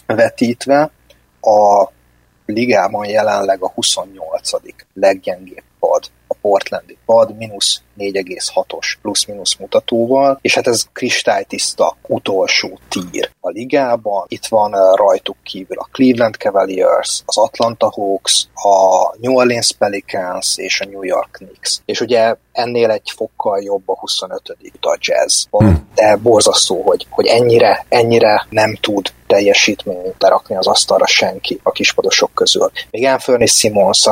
vetítve a ligában jelenleg a 28. leggyengébb pad, a portlandi pad, mínusz 4,6-os plusz-minusz mutatóval, és hát ez kristálytiszta utolsó tír a ligában. Itt van rajtuk kívül a Cleveland Cavaliers, az Atlanta Hawks, a New Orleans Pelicans és a New York Knicks. És ugye ennél egy fokkal jobb a 25. a Jazz. De borzasztó, hogy ennyire nem tud teljesítményt lerakni az asztalra senki a kispadosok közül. Még Anthony Simons,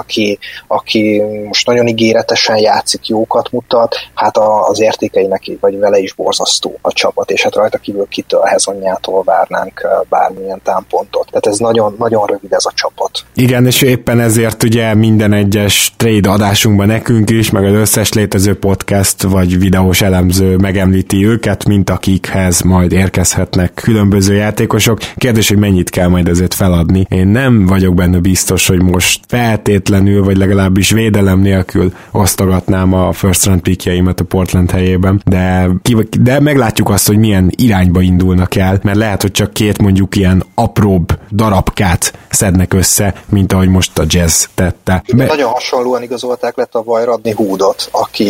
aki most nagyon ígéretesen játszik, jókat mutat, hát az értékei neki, vagy vele is borzasztó a csapat, és hát rajta kívül kitől Hezonjától várnánk bármilyen támpontot. Tehát ez nagyon, nagyon rövid ez a csapat. Igen, és éppen ezért ugye minden egyes trade adásunkban nekünk is, meg az összes létező podcast vagy videós elemző megemlíti őket, mint akikhez majd érkezhetnek különböző játékosok. Kérdés, hogy mennyit kell majd ezért feladni. Én nem vagyok benne biztos, hogy most feltétlenül, vagy legalábbis védelem nélkül osztogatnám a first round pickjeimet a Portland helyében, de meglátjuk azt, hogy milyen irányba indulnak el, mert lehet, hogy csak két mondjuk ilyen apróbb darabkát szednek össze, mint ahogy most a Jazz tette. Nagyon hasonlóan igazolták le tavaly Rodney Hoodot,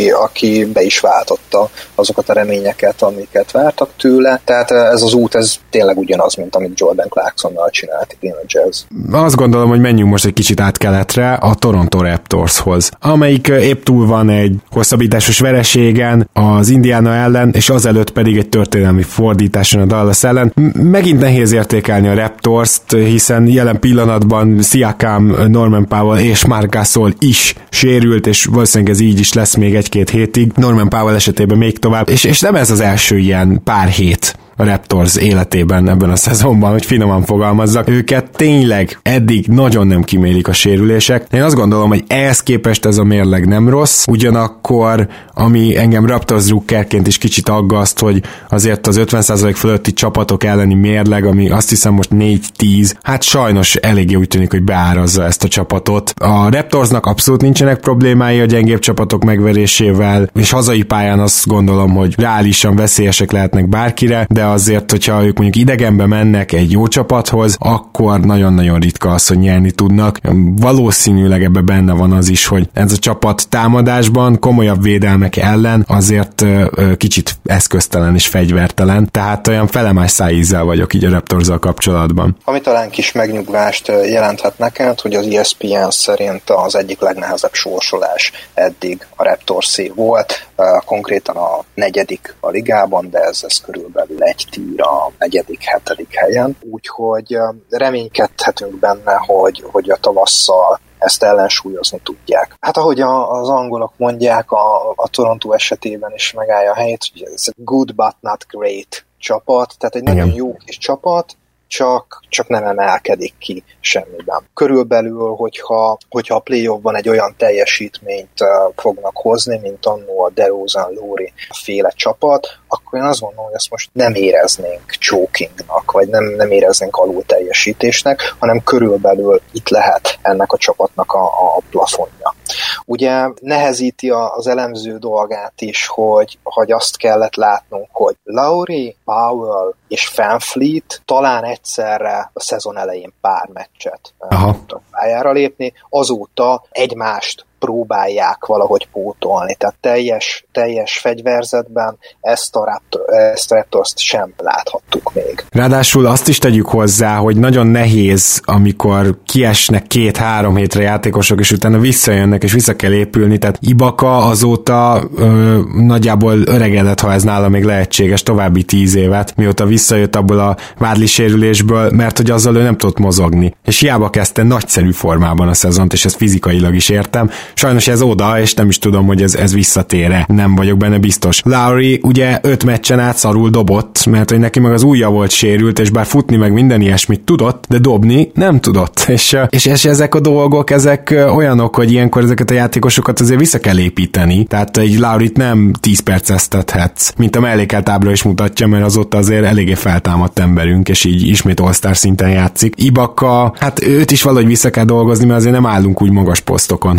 aki be is váltotta azokat a reményeket, amiket vártak tőle, tehát ez az út, ez tényleg ugyanaz, mint amit Jordan Clarksonnal csinált idén a Jazz. Azt gondolom, hogy menjünk most egy kicsit át keletre, a Toronto Raptorshoz, amelyik épp túl van egy hosszabbításos vereségen az Indiana ellen, és azelőtt pedig egy történelmi fordításon a Dallas ellen. Megint nehéz értékelni a Raptors-t, hiszen jelen pillanatban Siakam, Norman Powell és Marc Gasol is sérült, és valószínűleg ez így is lesz még egy-két hétig. Norman Powell esetében még tovább, és nem ez az első ilyen pár hét a Raptors életében ebben a szezonban, hogy finoman fogalmazzak. Őket tényleg eddig nagyon nem kímélik a sérülések. Én azt gondolom, hogy ehhez képest ez a mérleg nem rossz, ugyanakkor ami engem Raptors drukkerként is kicsit aggaszt, hogy azért az 50% fölötti csapatok elleni mérleg, ami azt hiszem most 4-10, hát sajnos eléggé úgy tűnik, hogy beárazza ezt a csapatot. A Raptorsnak abszolút nincsenek problémái a gyengébb csapatok megverésével, és hazai pályán azt gondolom, hogy reálisan veszélyesek lehetnek bárkire, de azért, hogyha ők mondjuk idegenbe mennek egy jó csapathoz, akkor nagyon-nagyon ritka az, hogy nyerni tudnak. Valószínűleg ebbe benne van az is, hogy ez a csapat támadásban komolyabb védelmek ellen azért kicsit eszköztelen és fegyvertelen, tehát olyan felemás szájízzel vagyok így a Raptorzzal kapcsolatban. Ami talán kis megnyugvást jelenthet neked, hogy az ESPN szerint az egyik legnehezebb sorsolás eddig a Raptorszé volt, konkrétan a 4. a ligában, de ez körülbelül egy tír a 4., 7. helyen, úgyhogy reménykedhetünk benne, hogy a tavasszal ezt ellensúlyozni tudják. Hát ahogy az angolok mondják, a Toronto esetében is megállja a helyét, hogy ez egy good but not great csapat, tehát egy nagyon jó kis csapat, csak nem emelkedik ki semmiben. Körülbelül, hogyha a playoffban egy olyan teljesítményt fognak hozni, mint annó a DeRozan, Lowry féle csapat, akkor én azt gondolom, hogy ezt most nem éreznénk chokingnak, vagy nem éreznénk alul teljesítésnek, hanem körülbelül itt lehet ennek a csapatnak a plafonja. Ugye nehezíti az elemző dolgát is, hogy azt kellett látnunk, hogy Lowry, Powell és VanVleet talán egyszerre a szezon elején pár meccset tudtak pályára lépni, azóta egymást próbálják valahogy pótolni, tehát teljes fegyverzetben ezt a Raptors-t sem láthattuk még. Ráadásul azt is tegyük hozzá, hogy nagyon nehéz, amikor kiesnek 2-3 hétre játékosok, és utána visszajönnek, és vissza kell épülni, tehát Ibaka azóta nagyjából öregedett, ha ez nála még lehetséges, további 10 évet, mióta visszajött abból a vádli sérülésből, mert hogy azzal ő nem tudott mozogni. És hiába kezdte nagyszerű formában a szezont, és ezt fizikailag is értem. Sajnos ez oda, és nem is tudom, hogy ez visszatér-e. Nem vagyok benne biztos. Lowry ugye 5 meccsen át szarul dobott, mert hogy neki meg az ujja volt sérült, és bár futni meg minden ilyesmit tudott, de dobni nem tudott. És ezek a dolgok, ezek olyanok, hogy ilyenkor ezeket a játékosokat azért vissza kell építeni. Tehát egy Lowryt nem 10 perceztethetsz, mint a mellékelt ábra is mutatja, mert azóta azért eléggé feltámadt emberünk, és így ismét All-Star szinten játszik. Ibaka, hát őt is valahogy vissza kell dolgozni, mert azért nem állunk úgy magas posztokon, hogy csak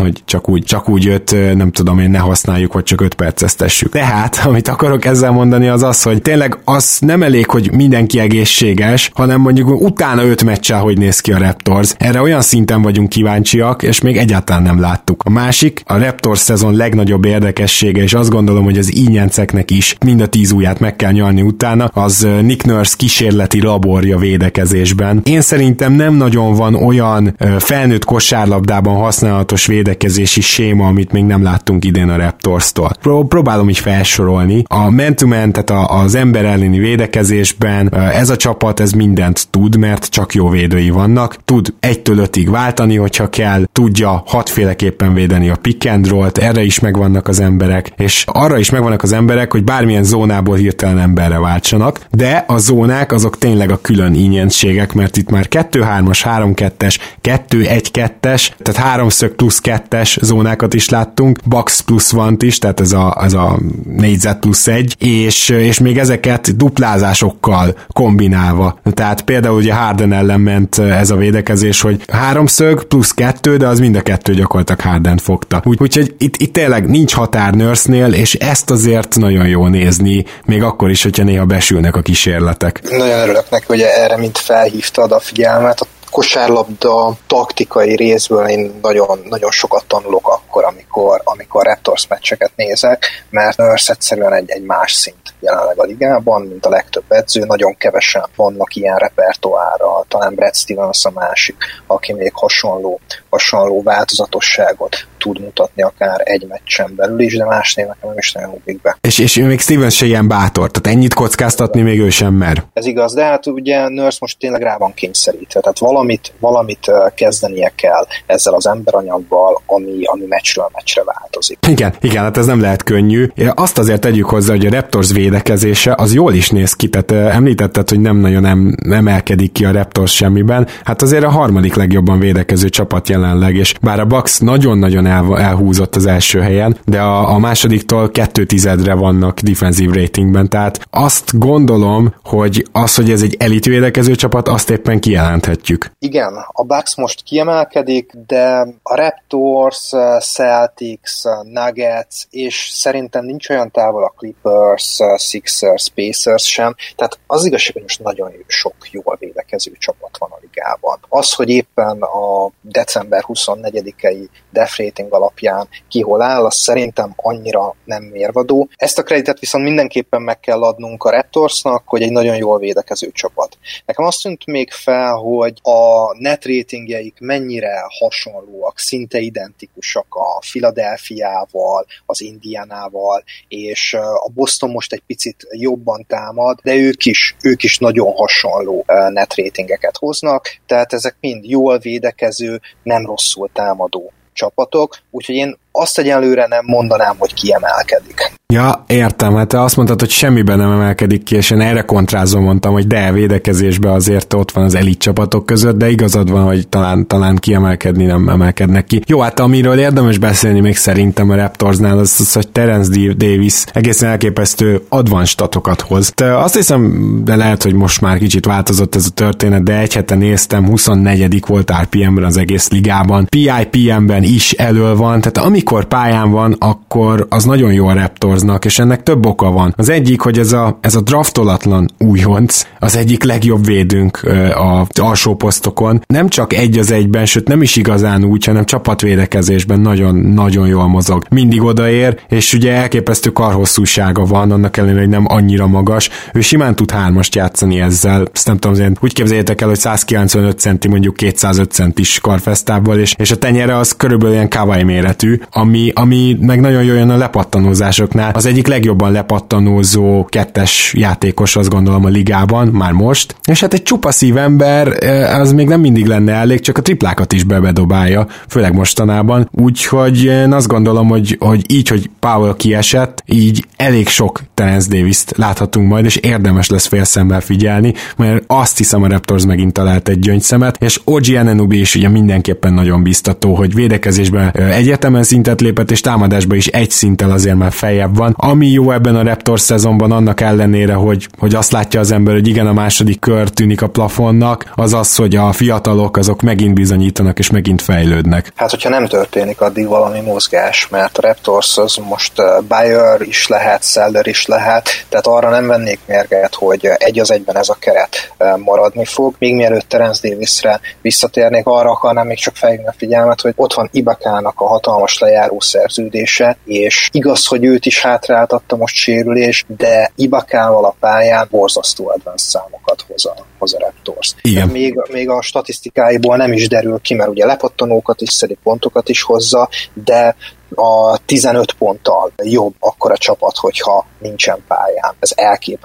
csak úgy őt, nem tudom én, ne használjuk, vagy csak 5 perceztessük. Tehát, amit akarok ezzel mondani, az az, hogy tényleg az nem elég, hogy mindenki egészséges, hanem mondjuk utána 5 meccsel hogy néz ki a Raptors. Erre olyan szinten vagyunk kíváncsiak, és még egyáltalán nem láttuk. A másik, a Raptors szezon legnagyobb érdekessége, és azt gondolom, hogy az ínyenceknek is mind a 10 ujját meg kell nyalni utána, az Nick Nurse kísérleti laborja védekezésben. Én szerintem nem nagyon van olyan felnőtt kosárlabdában használatos védekezési séma, amit még nem láttunk idén a Raptors-tól. Próbálom így felsorolni. A man-to-man, tehát az ember elleni védekezésben ez a csapat ez mindent tud, mert csak jó védői vannak. Tud 1-től 5-ig váltani, hogyha kell, tudja 6 féleképpen védeni a pick and roll-t, erre is megvannak az emberek, és arra is megvannak az emberek, hogy bármilyen zónából hirtelen emberre váltsanak, de a zónák azok tényleg a külön ínyenségek, mert itt már 2-3-as, 3-2-es, 2-1-2-es, tehát 3 plusz 2-es zónákat is láttunk, box plusz 1 is, tehát ez a négyzet plusz 1, és még ezeket duplázásokkal kombinálva. Tehát például ugye Harden ellen ment ez a védekezés, hogy 3 plusz 2, de az mind a 2 gyakorlatilag Hardent fogta. Úgyhogy itt tényleg nincs határ Nurse-nél, és ezt azért nagyon jó nézni, még akkor is, hogyha néha besülnek a kísérletek. Nagyon örülök neki, hogy erre mind felhívtad a figyelmet. A kosárlabda taktikai részből én nagyon, nagyon sokat tanulok akkor, amikor Raptors meccseket nézek, mert Nurse egyszerűen egy más szint jelenleg a ligában, mint a legtöbb edző. Nagyon kevesen vannak ilyen repertoárral, talán Brad Stevens a másik, aki még hasonló változatosságot tud mutatni akár egy meccsen belül is, de másnél nekem nem is nagyon ugrik be. És még Stevens se ilyen bátor, tehát ennyit kockáztatni még ő sem mer. Ez igaz, de hát ugye Nurse most tényleg rá van kényszerítve, tehát valamit kezdenie kell ezzel az emberanyaggal, ami meccsről meccsre változik. Igen, hát ez nem lehet könnyű. Azt azért tegyük hozzá, hogy a Raptors védekezése az jól is néz ki, tehát említetted, hogy nem nagyon emelkedik ki a Raptors semmiben, hát azért a harmadik legjobban védekező csapat jelenleg, és bár a Bucks nagyon-nagyon elhúzott az első helyen, de a másodiktól 2/10 vannak defensive ratingben, tehát azt gondolom, hogy ez egy elit védekező csapat, azt éppen kijelenthetjük. Igen, a Bucks most kiemelkedik, de a Raptors, Celtics, Nuggets, és szerintem nincs olyan távol a Clippers, Sixers, Pacers sem, tehát az igazság, hogy most nagyon sok jól védekező csapat van a ligában. Az, hogy éppen a december 24-i def rating alapján ki hol áll, az szerintem annyira nem mérvadó. Ezt a kreditet viszont mindenképpen meg kell adnunk a Raptorsnak, hogy egy nagyon jól védekező csapat. Nekem azt tűnt még fel, hogy a net ratingjeik mennyire hasonlóak, szinte identikusak a Philadelphiával, az Indianával, és a Boston most egy picit jobban támad, de ők is nagyon hasonló net ratingeket hoznak, tehát ezek mind jól védekező, nem rosszul támadó csapatok, úgyhogy én azt egyelőre nem mondanám, hogy kiemelkedik. Ja, értem, hát te azt mondtad, hogy semmiben nem emelkedik ki, és én erre kontrázva mondtam, hogy de védekezésben azért ott van az elit csapatok között, de igazad van, hogy talán kiemelkedni nem emelkednek ki. Jó, hát amiről érdemes beszélni még szerintem a Raptorsnál, az hogy Terence Davis egészen elképesztő advanced statokat hoz. De azt hiszem, de lehet, hogy most már kicsit változott ez a történet, de egy hete néztem, 24. volt RPM-ben az egész ligában, PIPM-ben is elől van, tehát amikor pályán van, akkor az nagyon jó a Raptorsnak, és ennek több oka van. Az egyik, hogy ez a draftolatlan újonc, az egyik legjobb védőnk az alsó posztokon. Nem csak 1-1-ben, sőt nem is igazán úgy, hanem csapatvédekezésben nagyon-nagyon jól mozog. Mindig odaér, és ugye elképesztő karhosszúsága van, annak ellenére, hogy nem annyira magas. Ő simán tud 3-ast játszani ezzel. Ezt nem tudom, azért úgy képzeljétek el, hogy 195 centi, mondjuk 205 centis karfesztábbal, és a tenyere az körülbelül ilyen Kawhi méretű, ami meg nagyon jól jön a lepattanózásoknál. Az egyik legjobban lepattanózó kettes játékos, azt gondolom, a ligában, már most. És hát egy csupa szívember, az még nem mindig lenne elég, csak a triplákat is bedobálja, főleg mostanában. Úgyhogy én azt gondolom, hogy így, hogy Powell kiesett, így elég sok Terence Davis-t láthatunk majd, és érdemes lesz félszemmel figyelni, mert azt hiszem, a Raptors megint talált egy gyöngyszemet, és OG Anunoby is ugye mindenképpen nagyon biztató, hogy védekezésben egyértelműen szintet lépett, és támadásban is egy szinttel azért már feljebb van. Ami jó ebben a Raptors szezonban, annak ellenére, hogy azt látja az ember, hogy igen, a második kör tűnik a plafonnak, az az, hogy a fiatalok azok megint bizonyítanak, és megint fejlődnek. Hát, hogyha nem történik addig valami mozgás, mert a Raptors az most Bayer is lehet, Seller is lehet, tehát arra nem vennék mérget, hogy egy az egyben ez a keret maradni fog. Még mielőtt Terence Davisre visszatérnék, arra akarnám még csak felhívni a figyelmet, hogy ott van Ibakának a hatalmas lejáró szerződése, és igaz, hogy őt is hátráltatta most sérülés, de Ibakával a pályán borzasztó advanced számokat hoz a Raptors. Igen. Még a statisztikáiból nem is derül ki, mert ugye lepattanókat is szedi, pontokat is hozza, de a 15 ponttal jobb akkora csapat, hogyha nincsen pályán. Ez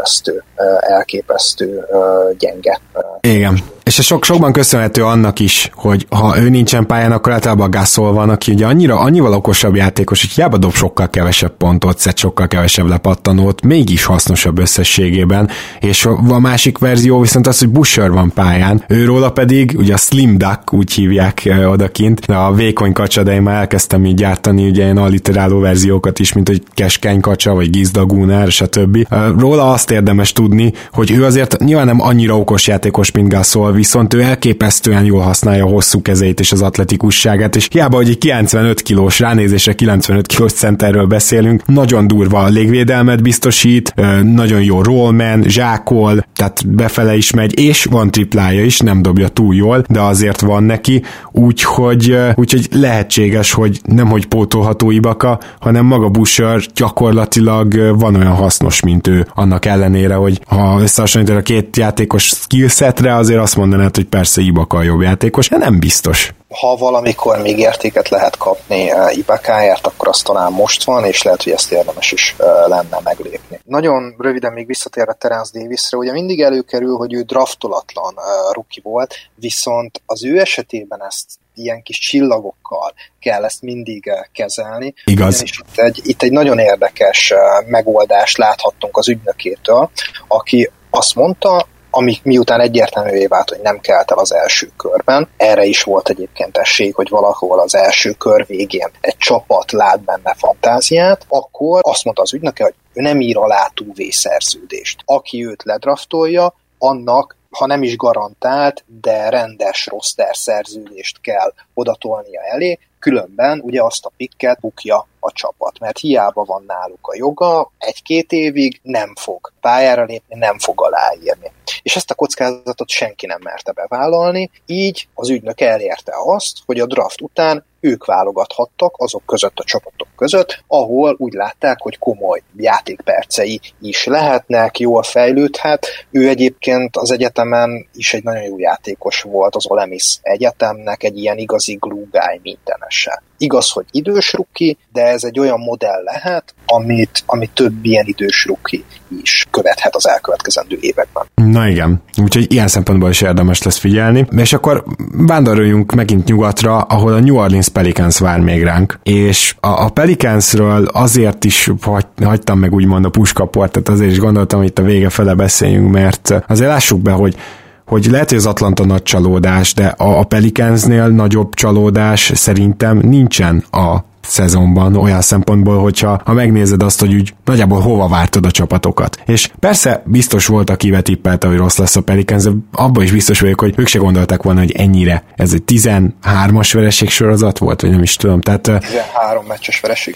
elképesztő gyenge. Igen. És ez sokban köszönhető annak is, hogy ha ő nincsen pályán, akkor általában a Gasol van, aki ugye annyival okosabb játékos, hogy hiába dob sokkal kevesebb pontot, szed sokkal kevesebb lepattanót, mégis hasznosabb összességében. És a másik verzió viszont az, hogy Boucher van pályán, őróla pedig ugye a Slim Duck, úgy hívják odakint, a vékony kacsa, de én már elkezdtem így gyártani ugye ilyen alliteráló verziókat is, mint hogy keskeny kacsa, vagy gizdagúnár, stb. Róla azt érdemes tudni, hogy ő azért nyilván nem annyira okos játékos, mint Gasol, viszont ő elképesztően jól használja a hosszú kezeit és az atletikusságát, és hiába, hogy egy 95 kilós, ránézésre 95 kilós centerről beszélünk, nagyon durva légvédelmet biztosít, nagyon jó rollman, zsákol, tehát befele is megy, és van triplája is, nem dobja túl jól, de azért van neki, úgyhogy lehetséges, hogy nemhogy pótolható Ibaka, hanem maga Boucher gyakorlatilag van olyan hasznos, mint ő, annak ellenére, hogy ha összehasonlítod a két játékos skillsetre, azért azt mondanád, hogy persze Ibaka a jobb játékos, de nem biztos. Ha valamikor még értéket lehet kapni Ibakáért, akkor az talán most van, és lehet, hogy ezt érdemes is lenne meglépni. Nagyon röviden még visszatérve Terence Davisre, ugye mindig előkerül, hogy ő draftolatlan rookie volt, viszont az ő esetében ezt ilyen kis csillagokkal kell ezt mindig kezelni. Igaz. Itt egy nagyon érdekes megoldást láthattunk az ügynökétől, aki azt mondta, miután egyértelművé vált, hogy nem kelt el az első körben, erre is volt egyébként esély, hogy valahol az első kör végén egy csapat lát benne fantáziát, akkor azt mondta az ügynöke, hogy ő nem ír alá 2V szerződést. Aki őt ledraftolja, annak, ha nem is garantált, de rendes roster szerződést kell odatolnia elé, különben ugye azt a pikket bukja a csapat, mert hiába van náluk a joga, 1-2 évig nem fog pályára lépni, nem fog aláírni. És ezt a kockázatot senki nem merte bevállalni, így az ügynök elérte azt, hogy a draft után ők válogathattak azok között a csapatok között, ahol úgy látták, hogy komoly játékpercei is lehetnek, jól fejlődhet. Ő egyébként az egyetemen is egy nagyon jó játékos volt, az Ole Miss egyetemnek egy ilyen igazi glue guy mindenesen. Igaz, hogy idős rookie, de ez egy olyan modell lehet, amit több ilyen idős rookie is követhet az elkövetkezendő években. Na igen, úgyhogy ilyen szempontból is érdemes lesz figyelni. És akkor vándoroljunk megint nyugatra, ahol a New Orleans Pelicans vár még ránk. És a Pelicansről azért is hagytam meg úgymond a puskaportot, azért is gondoltam, hogy itt a vége fele beszéljünk, mert azért lássuk be, hogy lehet, hogy az Atlanta nagy csalódás, de a Pelicansnél nagyobb csalódás szerintem nincsen a szezonban olyan szempontból, hogyha megnézed azt, hogy úgy nagyjából hova vártad a csapatokat. És persze biztos volt, akivel tippelte, hogy rossz lesz a Pelicans, de abban is biztos vagyok, hogy ők se gondolták volna, hogy ennyire. Ez egy 13-as vereség sorozat volt, vagy nem is tudom. Tehát, 13 meccses vereség.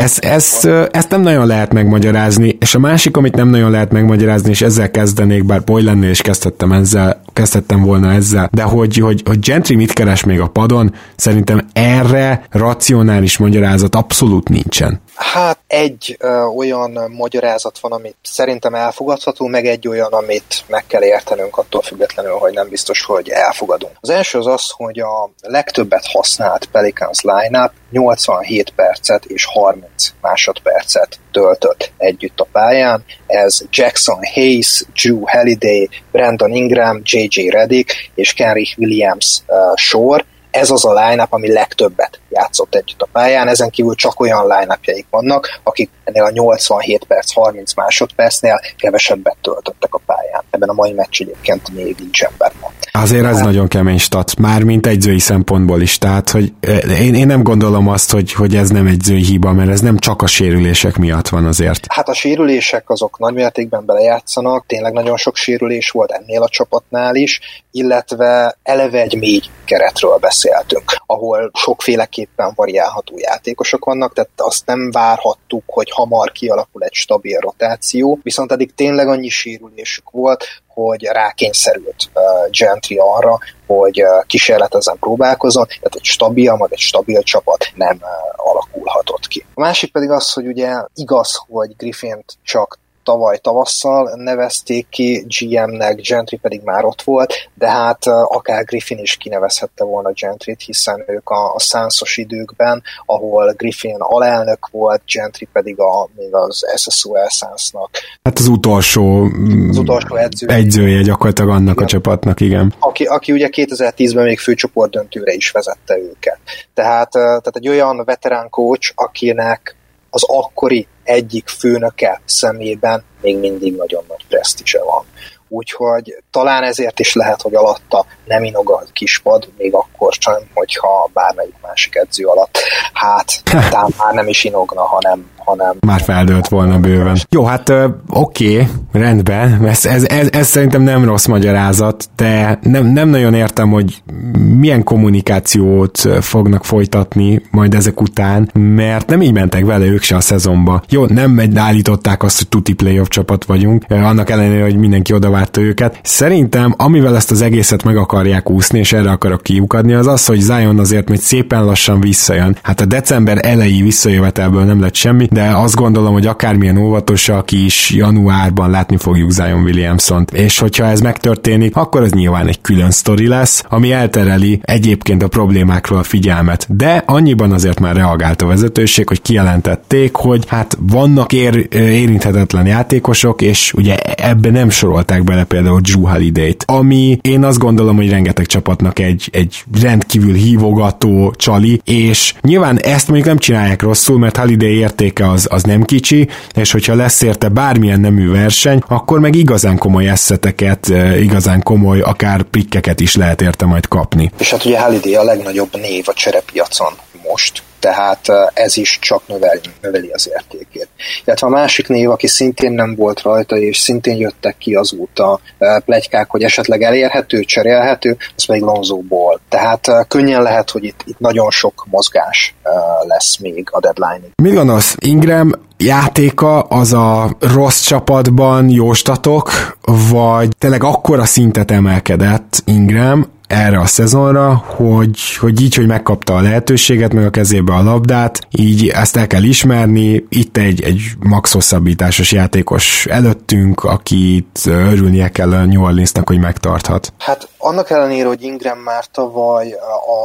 Ezt nem nagyon lehet megmagyarázni, és a másik, amit nem nagyon lehet megmagyarázni, és ezzel kezdenék, bár Boylannél is kezdhettem volna ezzel, de hogy Gentry mit keres még a padon, szerintem erre racionális magyarázat abszolút nincsen. Hát egy olyan magyarázat van, amit szerintem elfogadható, meg egy olyan, amit meg kell értenünk attól függetlenül, hogy nem biztos, hogy elfogadunk. Az első az, hogy a legtöbbet használt Pelicans line-up 87 percet és 30 másodpercet töltött együtt a pályán. Ez Jackson Hayes, Drew Holiday, Brandon Ingram, J.J. Redick és Kenrich Williams sor. ez az a line-up, ami legtöbbet játszott együtt a pályán, ezen kívül csak olyan line-upjaik vannak, akik ennél a 87 perc, 30 másodpercnél kevesebbet töltöttek a pályán. Ebben a mai meccs egyébként még nincs ember. Azért ez nagyon kemény stat, mármint egyzői szempontból is, tehát hogy én nem gondolom azt, hogy ez nem egyzői hiba, mert ez nem csak a sérülések miatt van azért. Hát a sérülések azok nagymértékben belejátszanak, tényleg nagyon sok sérülés volt ennél a csapatnál is, illetve eleve egy mély keretről beszéltünk, ahol sokféleképpen variálható játékosok vannak, tehát azt nem várhattuk, hogy hamar kialakul egy stabil rotáció, viszont eddig tényleg annyi sérülésük volt, hogy rákényszerült Gentry arra, hogy kísérletezen próbálkozon, tehát egy stabil csapat nem alakulhatott ki. A másik pedig az, hogy ugye igaz, hogy Griffint csak tavaly tavasszal nevezték ki GM-nek, Gentry pedig már ott volt, de hát akár Griffin is kinevezhette volna Gentryt, hiszen ők a Suns-os időkben, ahol Griffin alelnök volt, Gentry pedig még az SSUL Suns-nak. Hát az utolsó edzője gyakorlatilag annak a csapatnak, igen. Aki ugye 2010-ben még főcsoport döntőre is vezette őket. Tehát egy olyan veterán coach, akinek az akkori egyik főnöke szemében még mindig nagyon nagy presztízse van. Úgyhogy talán ezért is lehet, hogy alatta nem inog a kispad, még akkor sem, hogyha bármelyik másik edző alatt. Hát, talán már nem is inogna, hanem már feldőlt volna bőven. Jó, hát oké, rendben, ez szerintem nem rossz magyarázat, de nem nagyon értem, hogy milyen kommunikációt fognak folytatni majd ezek után, mert nem így mentek vele ők se a szezonba. Jó, nem állították azt, hogy tuti playoff csapat vagyunk, annak ellenére, hogy mindenki odavárta őket. Szerintem, amivel ezt az egészet meg akarják úszni, és erre akarok kiukadni, az az, hogy Zion azért még szépen lassan visszajön. Hát a december elejé visszajövetelből nem lett semmi, de azt gondolom, hogy akármilyen óvatosak is januárban látni fogjuk Zion Williamsont, és hogyha ez megtörténik, akkor az nyilván egy külön sztori lesz, ami eltereli egyébként a problémákról a figyelmet. De annyiban azért már reagált a vezetőség, hogy kijelentették, hogy hát vannak érinthetetlen játékosok, és ugye ebbe nem sorolták bele például Jrue Holiday-t, ami én azt gondolom, hogy rengeteg csapatnak egy rendkívül hívogató csali, és nyilván ezt mondjuk nem csinálják rosszul, mert Holiday értéke az nem kicsi, és hogyha lesz érte bármilyen nemű verseny, akkor meg igazán komoly asszeteket, igazán komoly akár pikkeket is lehet érte majd kapni. És hát ugye Holiday a legnagyobb név a cserepiacon most, tehát ez is csak növeli az értékét. Illetve a másik név, aki szintén nem volt rajta, és szintén jöttek ki azóta pletykák, hogy esetleg elérhető, cserélhető, az pedig Lonzo Ball. Tehát könnyen lehet, hogy itt nagyon sok mozgás lesz még a deadline-ig. Mit gondolsz? Ingram játéka az a rossz csapatban jóstatok, vagy tényleg akkora szintet emelkedett Ingram erre a szezonra, hogy megkapta a lehetőséget, meg a kezébe a labdát, így ezt el kell ismerni, itt egy max hosszabbításos játékos előttünk, akit örülnie kell a New Orleansnak, hogy megtarthat. Hát annak ellenére, hogy Ingram már tavaly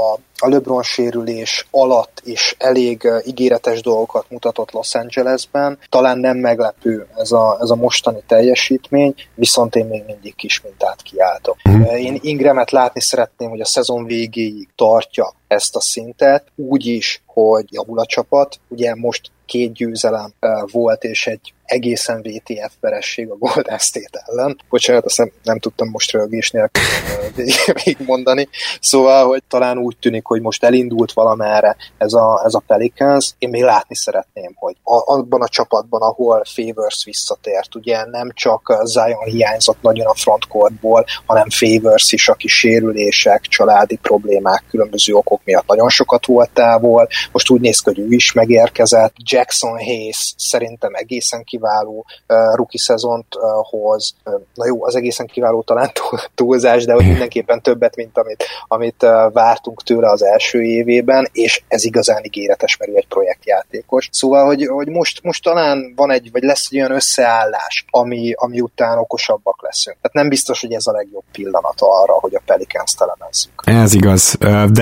a LeBron sérülés alatt is elég ígéretes dolgokat mutatott Los Angelesben. Talán nem meglepő ez a mostani teljesítmény, viszont én még mindig kis mintát kiáltok. Én Ingramet látni szeretném, hogy a szezon végéig tartja ezt a szintet, úgy is, hogy javul a csapat. Ugye most 2 győzelem volt, és egy egészen WTF veresség a Golden State ellen. Bocsánat, azt nem tudtam most rögés nélkül végigmondani. Szóval, hogy talán úgy tűnik, hogy most elindult valamerre ez a Pelicans. Én még látni szeretném, hogy abban a csapatban, ahol Favors visszatért, ugye nem csak Zion hiányzott nagyon a frontcourtból, hanem Favors is, aki sérülések, családi problémák, különböző okok miatt nagyon sokat volt távol. Most úgy néz ki, hogy ő is megérkezett. Jackson Hayes szerintem egészen kiváló rookie szezont hoz. Na jó, az egészen kiváló talán túlzás, de hogy mindenképpen többet, mint amit vártunk tőle az első évében, és ez igazán ígéretes, mert ő egy projektjátékos. Szóval, hogy most talán van vagy lesz egy olyan összeállás, ami után okosabbak leszünk. Tehát nem biztos, hogy ez a legjobb pillanat arra, hogy a Pelicans-t elemezzük. Ez igaz, de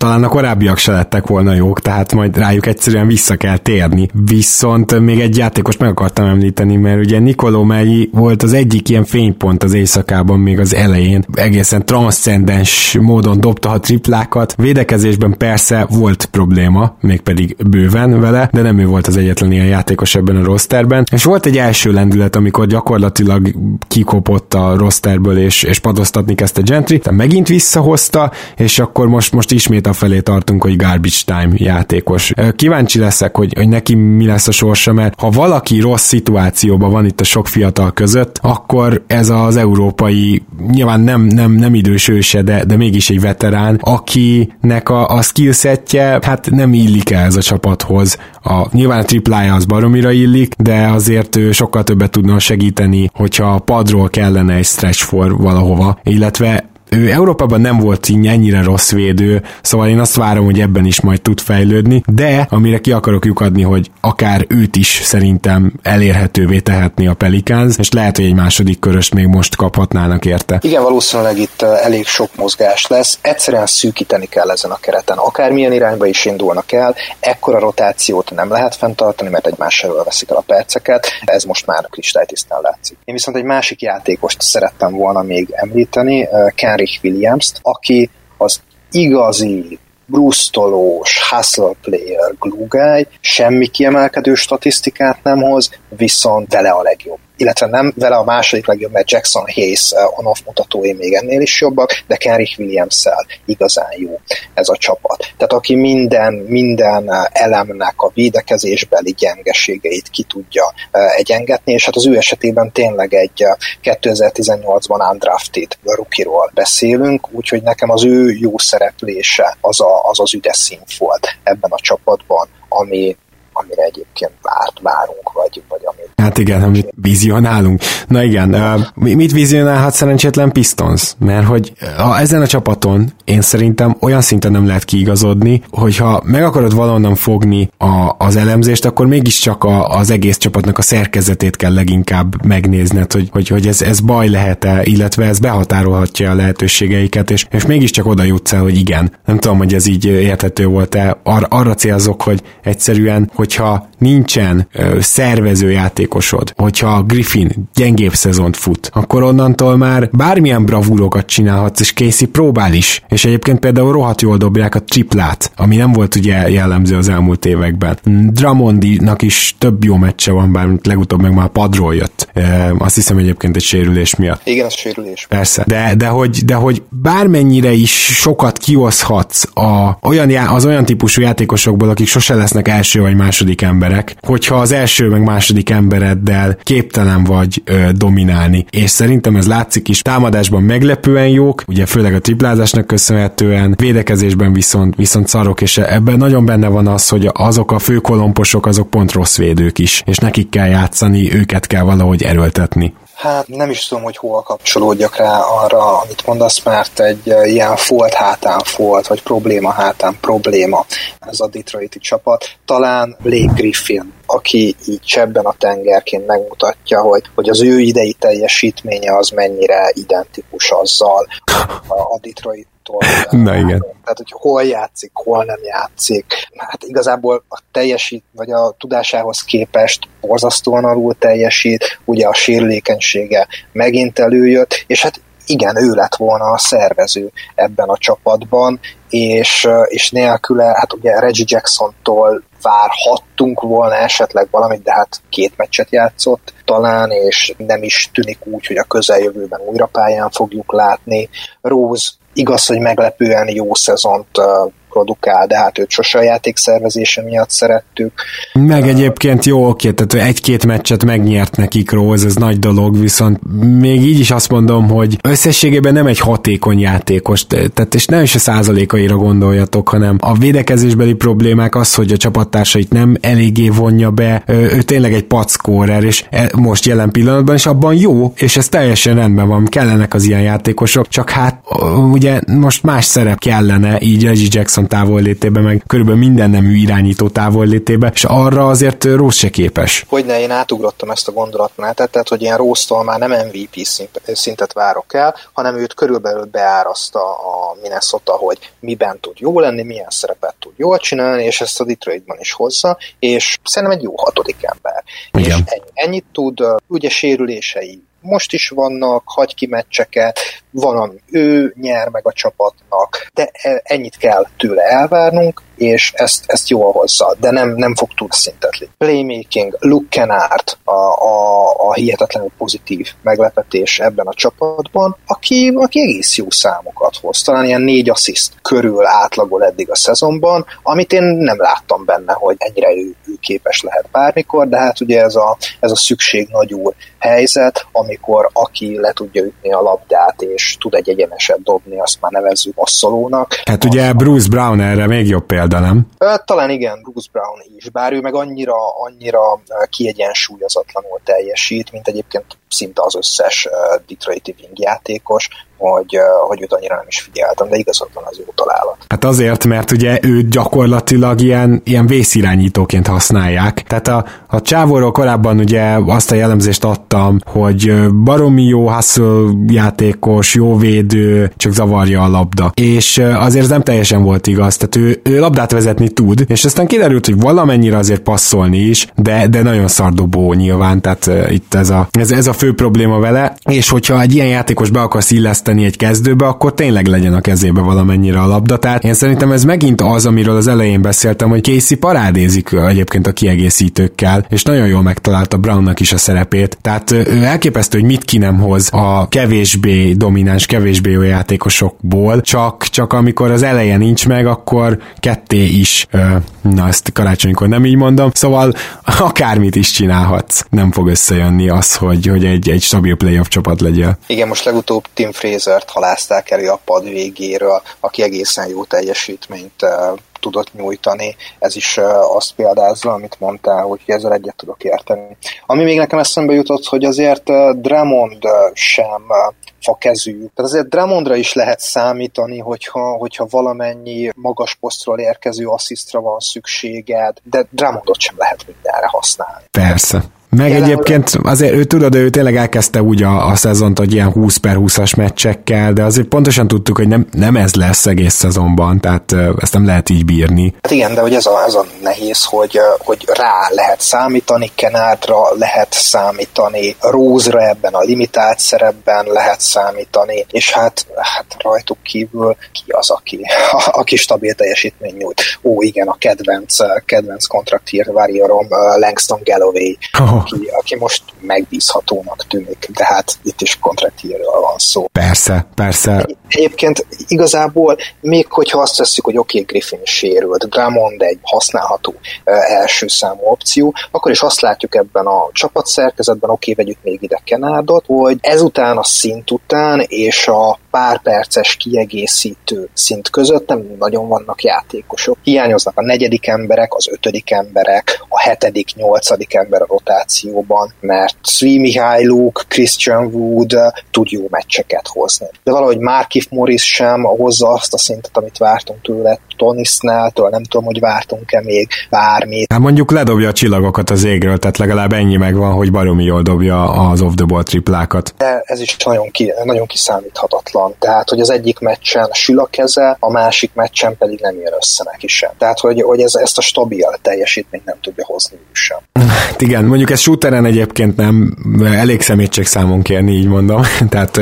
talán a korábbiak se lettek volna jók, tehát majd rájuk egyszerűen vissza kell térni. Viszont még egy játékost meg akartam említeni, mert ugye Nicolò Melli volt az egyik ilyen fénypont az éjszakában még az elején. Egészen transzcendens módon dobta a triplákat. Védekezésben persze volt probléma, mégpedig bőven vele, de nem ő volt az egyetlen ilyen játékos ebben a rosterben. És volt egy első lendület, amikor gyakorlatilag kikopott a rosterből, és padoztatni kezdte Gentry, de megint visszahozta, és akkor most ismét afelé tartunk, hogy garbage time játékos. Kíváncsi leszek, hogy neki mi lesz a sorsa, mert ha valaki rossz szituációban van itt a sok fiatal között, akkor ez az európai, nyilván nem idős őse, de mégis egy veterán, akinek a skillsetje hát nem illik el ez a csapathoz. Nyilván a triplája az baromira illik, de azért ő sokkal többet tudna segíteni, hogyha a padról kellene egy stretch for valahova, illetve ő Európában nem volt ennyire rossz védő, szóval én azt várom, hogy ebben is majd tud fejlődni, de amire ki akarok lyukadni, hogy akár őt is szerintem elérhetővé tehetné a Pelicans, és lehet, hogy egy második köröst még most kaphatnának érte. Igen, valószínűleg itt elég sok mozgás lesz, egyszerűen szűkíteni kell ezen a kereten. Akármilyen irányba is indulnak el, ekkora rotációt nem lehet fenntartani, mert egymással veszik el a perceket, ez most már kristálytisztán látszik. Én viszont egy másik játékost szerettem volna még említeni, Kenrich Williams-t, aki az igazi brusztolós, hustle player, glue guy, semmi kiemelkedő statisztikát nem hoz, viszont vele a legjobb. Illetve nem vele a második legjobb, mert Jackson Hayes on-off mutatói még ennél is jobbak, de Kenrich Williams-szel igazán jó ez a csapat. Tehát aki minden elemnek a védekezésbeli gyengeségeit ki tudja egyengetni, és hát az ő esetében tényleg egy 2018-ban undrafted rookie-ról beszélünk, úgyhogy nekem az ő jó szereplése az üdes szint volt ebben a csapatban, amire egyébként várunk, vagy amit... Hát igen, amit vizionálunk. Na igen, mit vizionálhat szerencsétlen Pistons? Mert hogy ezen a csapaton én szerintem olyan szinten nem lehet kiigazodni, hogyha meg akarod valahonnan fogni az elemzést, akkor mégiscsak az egész csapatnak a szerkezetét kell leginkább megnézned, hogy ez baj lehet-e, illetve ez behatárolhatja a lehetőségeiket, és mégiscsak oda jutsz el, hogy igen. Nem tudom, hogy ez így érthető volt-e. Arra célzok, hogy egyszerűen, hogyha nincsen szervező játékosod, hogyha Griffin gyengébb szezont fut, akkor onnantól már bármilyen bravúrokat csinálhatsz, és Casey próbál is. És egyébként például rohadt jól dobják a triplát, ami nem volt ugye jellemző az elmúlt években. Drummondinak is több jó meccse van, bár legutóbb meg már padról jött. Azt hiszem egyébként egy sérülés miatt. Igen, az sérülés. Persze. De hogy bármennyire is sokat kihozhatsz az olyan típusú játékosokból, akik sose lesznek első vagy második emberek, hogyha az első meg második embereddel képtelen vagy dominálni. És szerintem ez látszik is. Támadásban meglepően jók, ugye főleg a triplázásnak köszönhetően, védekezésben viszont szarok, és ebben nagyon benne van az, hogy azok a főkolomposok, azok pont rossz védők is, és nekik kell játszani, őket kell valahogy erőltetni. Hát nem is tudom, hogy hol kapcsolódjak rá arra, amit mondasz, mert egy ilyen folt hátán folt, vagy probléma hátán probléma ez a detroiti csapat. Talán Blake Griffin, aki így csebben a tengerként megmutatja, hogy az ő idei teljesítménye az mennyire identikus azzal a Detroit. Na igen. Tehát, hogy hol játszik, hol nem játszik. Hát igazából a teljesít, vagy a tudásához képest borzasztóan alul teljesít, ugye a sérülékenysége megint előjött, és hát igen, ő lett volna a szervező ebben a csapatban, és nélküle, hát ugye Reggie Jacksontól várhattunk volna esetleg valamit, de hát 2 meccset játszott talán, és nem is tűnik úgy, hogy a közeljövőben újra pályán fogjuk látni. Rose igaz, hogy meglepően jó szezont produkál, de hát őt sose a játékszervezése miatt szerettük. Meg egyébként jó, oké, tehát 1-2 meccset megnyert nekik Rose, ez nagy dolog, viszont még így is azt mondom, hogy összességében nem egy hatékony játékos, tehát és nem is a százalékaira gondoljatok, hanem a védekezésbeli problémák az, hogy a csapattársait nem eléggé vonja be, ő tényleg egy packórer, és most jelen pillanatban is abban jó, és ez teljesen rendben van, kellenek az ilyen játékosok, csak hát ugye most más szerep kellene így Reggie Jackson Thompson távollétében, meg körülbelül minden nemű irányító távollétében, és arra azért Rose se képes. Hogyne, én átugrottam ezt a gondolatmenetet, tehát hogy ilyen Rose-tól már nem MVP szintet várok el, hanem őt körülbelül beáraszta a Minnesota, hogy miben tud jó lenni, milyen szerepet tud jól csinálni, és ezt a Detroitban is hozza, és szerintem egy jó 6. ember. Igen. És ennyit tud, ugye sérülései most is vannak, hagy ki meccseket, van, ami ő nyer meg a csapatnak, de ennyit kell tőle elvárnunk, és ezt jól hozza, de nem fog túl szintet lépni. Playmaking, Luke Kennard a hihetetlenül pozitív meglepetés ebben a csapatban, aki egész jó számokat hoz. Talán ilyen 4 assziszt körül átlagol eddig a szezonban, amit én nem láttam benne, hogy ennyire ő képes lehet bármikor, de hát ugye ez a szükség nagy úr helyzet, amikor aki le tudja ütni a labdát, és tud egy egyeneset dobni, azt már nevezzük passzolónak. Hát ugye Bruce Brown erre még jobb példa, nem? Talán igen, Bruce Brown is, bár ő meg annyira kiegyensúlyozatlanul teljesít, mint egyébként szinte az összes Detroiti wing játékos, hogy őt annyira nem is figyeltem, de igazad van, az jó találat. Hát azért, mert ugye őt gyakorlatilag ilyen vészirányítóként használják. Tehát a csávóról korábban ugye azt a jellemzést adtam, hogy baromi jó hustle játékos, jó védő, csak zavarja a labda. És azért ez nem teljesen volt igaz, tehát ő labdát vezetni tud, és aztán kiderült, hogy valamennyire azért passzolni is, de nagyon szardobó nyilván, tehát itt ez a fő probléma vele, és hogyha egy ilyen játékos be akarsz illeszteni egy kezdőbe, akkor tényleg legyen a kezébe valamennyire a labda. Tehát én szerintem ez megint az, amiről az elején beszéltem, hogy Casey parádézik egyébként a kiegészítőkkel, és nagyon jól megtalálta Brownnak is a szerepét. Tehát ő elképesztő, hogy mit ki nem hoz a kevésbé domináns, kevésbé jó játékosokból, csak amikor az eleje nincs meg, akkor ketté is, na ezt karácsonykor nem így mondom, szóval akármit is csinálhatsz, nem fog összejönni az, hogy egy stabil playoff csapat legyen. Igen, most legutóbb Tim Fraser-t halázták elő a pad végéről, aki egészen jó teljesítményt tudott nyújtani. Ez is azt példázza, amit mondtál, hogy ezzel egyet tudok érteni. Ami még nekem eszembe jutott, hogy azért Drummond sem fakezű. Tehát azért Drummondra is lehet számítani, hogyha valamennyi magas posztról érkező asszisztra van szükséged, de Drummondot sem lehet mindenre használni. Persze. Meg egyébként azért ő tényleg elkezdte úgy a szezont, hogy ilyen 20/20-as meccsekkel, de azért pontosan tudtuk, hogy nem ez lesz egész szezonban, tehát ezt nem lehet így bírni. Hát igen, de hogy ez a nehéz, hogy rá lehet számítani, Kennardra lehet számítani, Rose-ra ebben a limitált szerepben lehet számítani, és hát rajtuk kívül ki az, aki stabil teljesítmény nyújt. Ó, igen, a kedvenc kontraktír variorom Langston Galloway, aki most megbízhatónak tűnik, de hát itt is kontraktírről van szó. Persze. Egyébként igazából még hogyha azt tesszük, hogy oké, Griffin sérült, Drummond egy használható első számú opció, akkor is azt látjuk ebben a csapatszerkezetben, oké, vegyük még ide Kennardot, hogy ezután a szint után és a pár perces kiegészítő szint között nem nagyon vannak játékosok. Hiányoznak a 4. emberek, az 5. emberek, a 7., 8. ember a rotációban, mert Svi Mihailuk, Christian Wood tud jó meccseket hozni. De valahogy Markieff Morris sem hozza azt a szintet, amit vártunk tőle, Tony Snelltől, nem tudom, hogy vártunk-e még bármit. Hát mondjuk ledobja a csillagokat az égről, tehát legalább ennyi megvan, hogy baromi jól dobja az off-the-ball triplákat. De ez is nagyon kiszámíthatatlan. Tehát, hogy az egyik meccsen sül a keze, a másik meccsen pedig nem jön össze neki sem. Tehát, hogy ezt a stabil teljesítményt nem tudja hozni ő sem. Igen, mondjuk ez shooteren egyébként nem elég szemétség számon kérni, így mondom. Tehát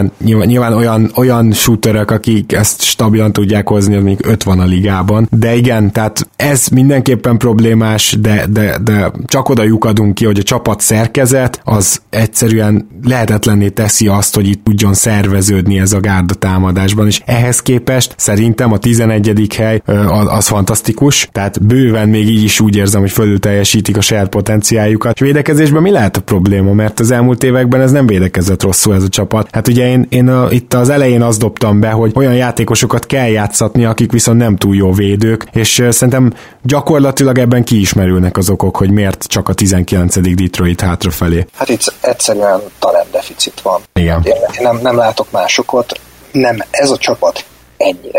nyilván olyan shooterek, akik ezt stabilan tudják hozni, az még 5 van a ligában. De igen, tehát ez mindenképpen problémás, de csak oda lyukadunk ki, hogy a csapat szerkezet az egyszerűen lehetetlenné teszi azt, hogy itt tudjon szerveződni ez a gárda támadásban, és ehhez képest szerintem a 11. hely az fantasztikus, tehát bőven még így is úgy érzem, hogy fölül teljesítik a saját potenciáljukat. És védekezésben mi lehet a probléma? Mert az elmúlt években ez nem védekezett rosszul ez a csapat. Hát ugye én itt az elején azt dobtam be, hogy olyan játékosokat kell játszatni, akik viszont nem túl jó védők, és szerintem gyakorlatilag ebben kiismerülnek az okok, hogy miért csak a 19. Detroit hátrafelé. Hát itt egyszerűen talentdeficit van. Igen. Én nem látok másokat, nem, ez a csapat ennyire jó.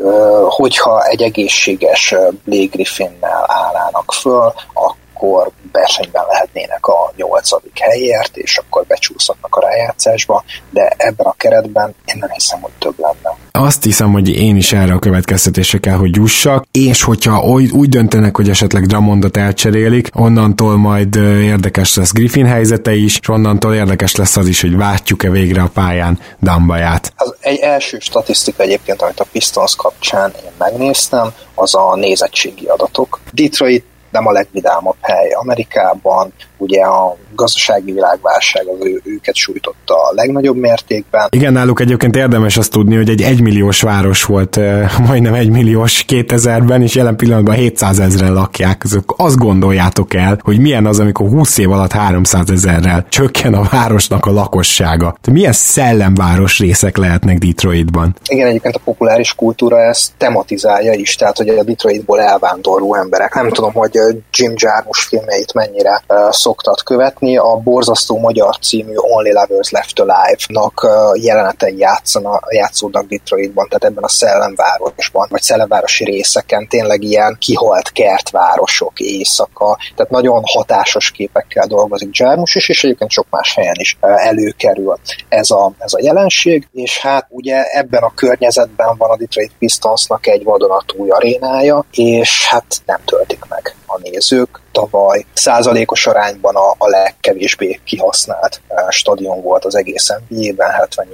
hogyha egy egészséges Blake Griffin-nel állnának föl, akkor versenyben lehetnének a 8. helyért, és akkor becsúszhatnak a rájátszásba, de ebben a keretben én nem hiszem, hogy több lenne. Azt hiszem, hogy én is erre a következtetésre kell, hogy jussak, és hogyha úgy döntenek, hogy esetleg Drummondot elcserélik, onnantól majd érdekes lesz Griffin helyzete is, és onnantól érdekes lesz az is, hogy látjuk-e végre a pályán Dumbaját. Az egy első statisztika egyébként, amit a Pistons kapcsán én megnéztem, az a nézettségi adatok. Detroit nem a legvidámabb hely Amerikában, ugye a gazdasági világválság őket sújtotta a legnagyobb mértékben. Igen, náluk egyébként érdemes azt tudni, hogy egy 1 milliós város volt, majdnem 1 milliós 2000-ben, és jelen pillanatban 700 000-en lakják. Azt gondoljátok el, hogy milyen az, amikor 20 év alatt 300 000-rel csökken a városnak a lakossága. De milyen szellemváros részek lehetnek Detroitban? Igen, egyébként a populáris kultúra ezt tematizálja is, tehát hogy a Detroitból elvándorló emberek. Nem tudom, hogy Jim Jarmusch filmjeit mennyire szoktad követni, a borzasztó magyar című Only Lovers Left Alive-nak jelenetei játszódnak Detroitban, tehát ebben a szellemvárosban, vagy szellemvárosi részeken, tényleg ilyen kihalt kertvárosok éjszaka, tehát nagyon hatásos képekkel dolgozik Jarmusch is, és egyébként sok más helyen is előkerül ez a jelenség, és hát ugye ebben a környezetben van a Detroit Pistonsnak egy vadonatúj arénája, és hát nem töltik meg a nézők. Tavaly százalékos arányban a legkevésbé kihasznált stadion volt az egész NBA-ben,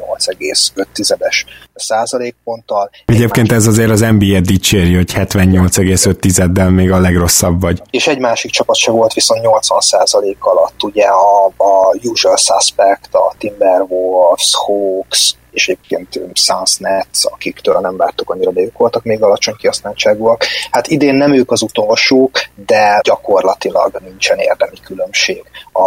78,5%-es százalékponttal. Egyébként ez azért az NBA dicséri, hogy 78,5-del még a legrosszabb vagy. És egy másik csapat se volt viszont 80% alatt, ugye a Usual Suspect, a Timberwolves, Hawks, és egyébként Suns Nets, akiktől nem vártuk annyira, de ők voltak még alacsony kihasználtságúak. Hát idén nem ők az utolsók, de gyakorlatilag nincsen érdemi különbség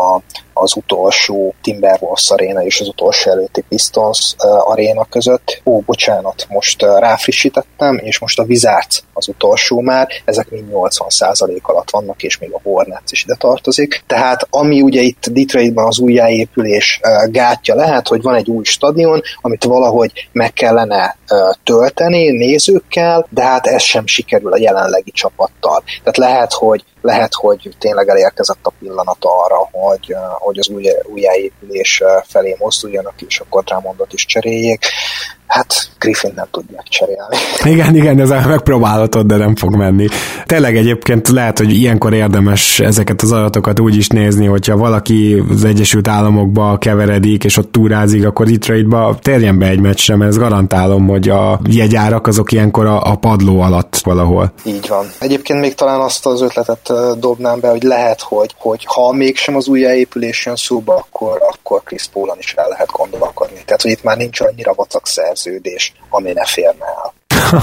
az utolsó Timberwolves aréna és az utolsó előtti Pistons aréna között. Bocsánat, most ráfrissítettem, és most a Wizards az utolsó már, ezek mind 80% alatt vannak, és még a Hornets is ide tartozik. Tehát ami ugye itt Detroitban az újjáépülés gátja lehet, hogy van egy új stadion, amit valahogy meg kellene tölteni nézőkkel, de hát ez sem sikerül a jelenlegi csapattal. Tehát lehet, hogy tényleg elérkezett a pillanat arra, hogy az újjáépülés felé mozduljanak, és akkor Drummondot is cseréljék. Hát Griffin nem tudják cserélni. Igen, ezzel megpróbálhatod, de nem fog menni. Tényleg egyébként lehet, hogy ilyenkor érdemes ezeket az adatokat úgy is nézni, hogyha valaki az Egyesült Államokba keveredik, és ott túrázik, akkor Detroitba térjen be egy meccsre, mert ezt garantálom, hogy a jegyárak azok ilyenkor a padló alatt valahol. Így van. Egyébként még talán azt az ötletet dobnám be, hogy lehet, hogy ha mégsem az újjáépülés jön szóba, akkor Chris Paulon is el lehet gondolkodni. Tehát, hogy itt már nincs annyira vacak szerződés, ami ne férne el.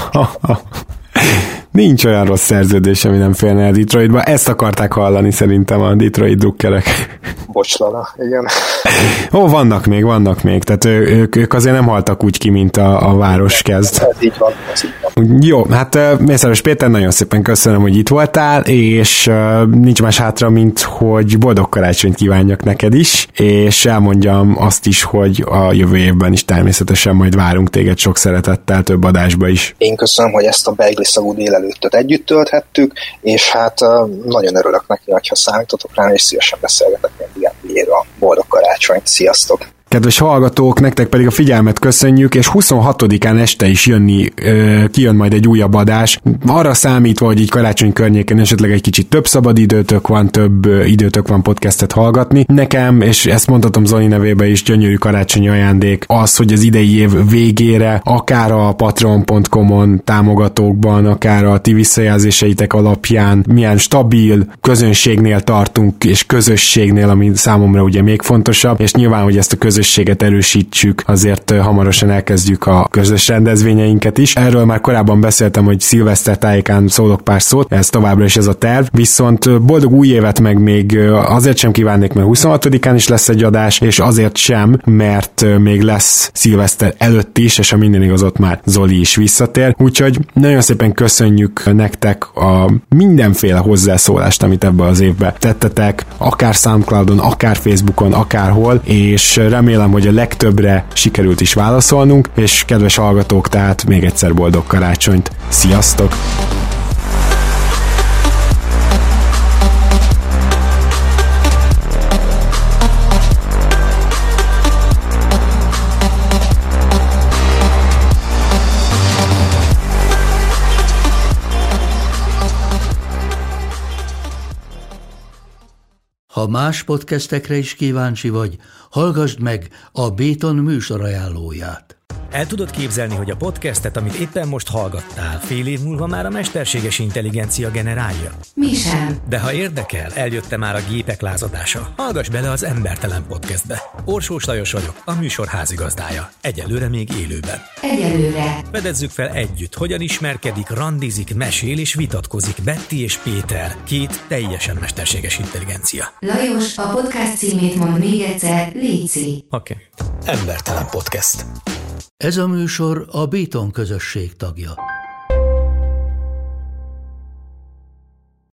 Nincs olyan rossz szerződés, ami nem férne el Detroitba. Ezt akarták hallani szerintem a Detroit drukkerek. Bocslana, igen. Vannak még, tehát ők azért nem haltak úgy ki, mint a város kezd. Ez így van. Jó, hát Mészáros Péter, nagyon szépen köszönöm, hogy itt voltál, és nincs más hátra, mint hogy boldog karácsonyt kívánjak neked is, és elmondjam azt is, hogy a jövő évben is természetesen majd várunk téged sok szeretettel több adásba is. Én köszönöm, hogy ezt a beigli-szagú délelőttöt együtt tölthettük, és hát nagyon örülök neki, hogyha számítotok rám, és szívesen beszélgetek mindig NBA-ről. Boldog karácsonyt, sziasztok! Kedves hallgatók, nektek pedig a figyelmet köszönjük, és 26-án este is kijön majd egy újabb adás. Arra számítva, hogy így karácsony környéken esetleg egy kicsit több szabad időtök van podcastet hallgatni. Nekem, és ezt mondhatom Zoli nevébe is, gyönyörű karácsonyi ajándék az, hogy az idei év végére akár a patreon.com-on támogatókban, akár a ti visszajelzéseitek alapján milyen stabil közönségnél tartunk, és közösségnél, ami számomra ugye még fontosabb, és nyilván, hogy ezt a közösséget erősítsük, azért hamarosan elkezdjük a közös rendezvényeinket is. Erről már korábban beszéltem, hogy szilveszter tájékán szólok pár szót, ez továbbra is ez a terv, viszont boldog új évet meg még azért sem kívánnék, mert 26-án is lesz egy adás, és azért sem, mert még lesz szilveszter előtt is, és a minden igaz, ott már Zoli is visszatér. Úgyhogy nagyon szépen köszönjük nektek a mindenféle hozzászólást, amit ebben az évben tettetek, akár Soundcloudon, akár Facebookon, akárhol, és remélem, remélem, hogy a legtöbbre sikerült is válaszolnunk, és kedves hallgatók, tehát még egyszer boldog karácsonyt. Sziasztok! Ha más podcastekre is kíváncsi vagy, hallgassd meg a Béton műsor ajánlóját. El tudod képzelni, hogy a podcastet, amit éppen most hallgattál, fél év múlva már a mesterséges intelligencia generálja? Mi sem. De ha érdekel, eljött már a gépek lázadása. Hallgass bele az Embertelen Podcastbe. Orsós Lajos vagyok, a műsor házigazdája. Egyelőre még élőben. Egyelőre. Fedezzük fel együtt, hogyan ismerkedik, randizik, mesél és vitatkozik Betty és Péter, két teljesen mesterséges intelligencia. Lajos, a podcast címét mond még egyszer, léci. Oké. Embertelen Podcast. Ez a műsor a Béton közösség tagja.